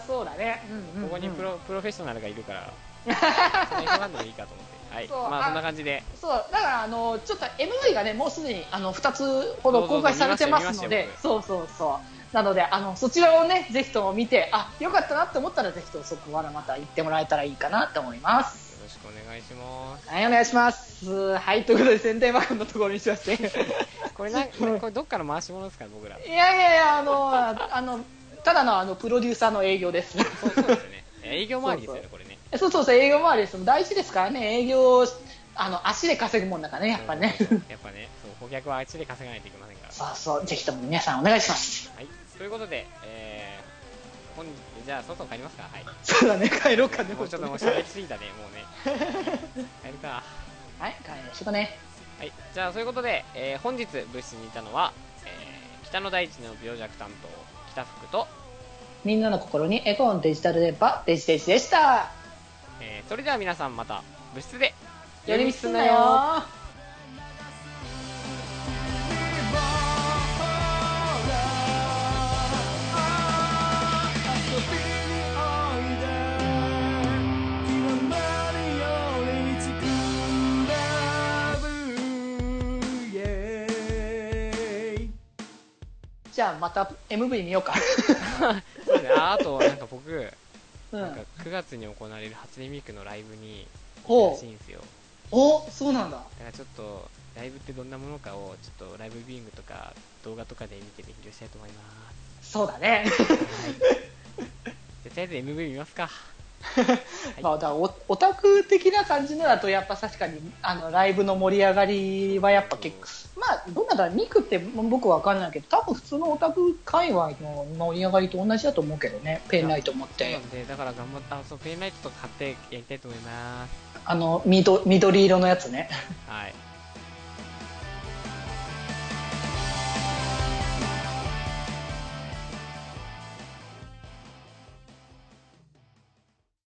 そうだね。 ここにプロフェッショナルがいるから、そんな急がんでもいいかと思って。はい。そんな感じで。 そう。だからちょっと MV がね、もうすでに2つほど公開されてますので、そう。なのでそちらをね、ぜひとも見て、よかったなって思ったらぜひともそこからまた行ってもらえたらいいかなと思います。 よろしくお願いします。 はい、お願いします。はい、ということで宣伝はこんなところにしましてこれどっから回し物ですか、僕ら。 いやただのプロデューサーの営業です。 そうですね。営業回りですよね、これね。 そう営業回りです。大事ですからね、営業足で稼ぐもんだからね、やっぱね。 やっぱね、顧客は足で稼がないといけませんから。 そう、ぜひとも皆さんお願いします。 はい、ということで、じゃあ外帰りますか。はい。 そうだね、帰ろうかね。 もうちょっと喋りすぎたね、もうね。帰るか。 はい、帰りましょうかね。 はい、じゃあそういうことで、本日部室にいたのは、北の大地の病弱担当北福とみんなの心にエコンデジタル電波デジデジでした。 それでは皆さんまた部室で寄り道すんなよ。じゃあまた MV 見ようか。 そうね、あとなんか僕、なんか9月に行われる初音ミクのライブに行くらしいんですよ。 そうなんだ。 だからちょっとライブってどんなものかをちょっとライブビューイングとか動画とかで見て勉強したいと思います。 そうだね。はい、 じゃあとりあえず MV 見ますか。 はい、だオタク的な感じのだとやっぱ確かにライブの盛り上がりはやっぱ結構どうなんだろう、ミクって僕わかんないけど多分普通のオタク界隈の盛り上がりと同じだと思うけどね、ペンライト持って。 だから頑張ってペンライトとか買ってやりたいと思います。 緑色のやつね。 はい。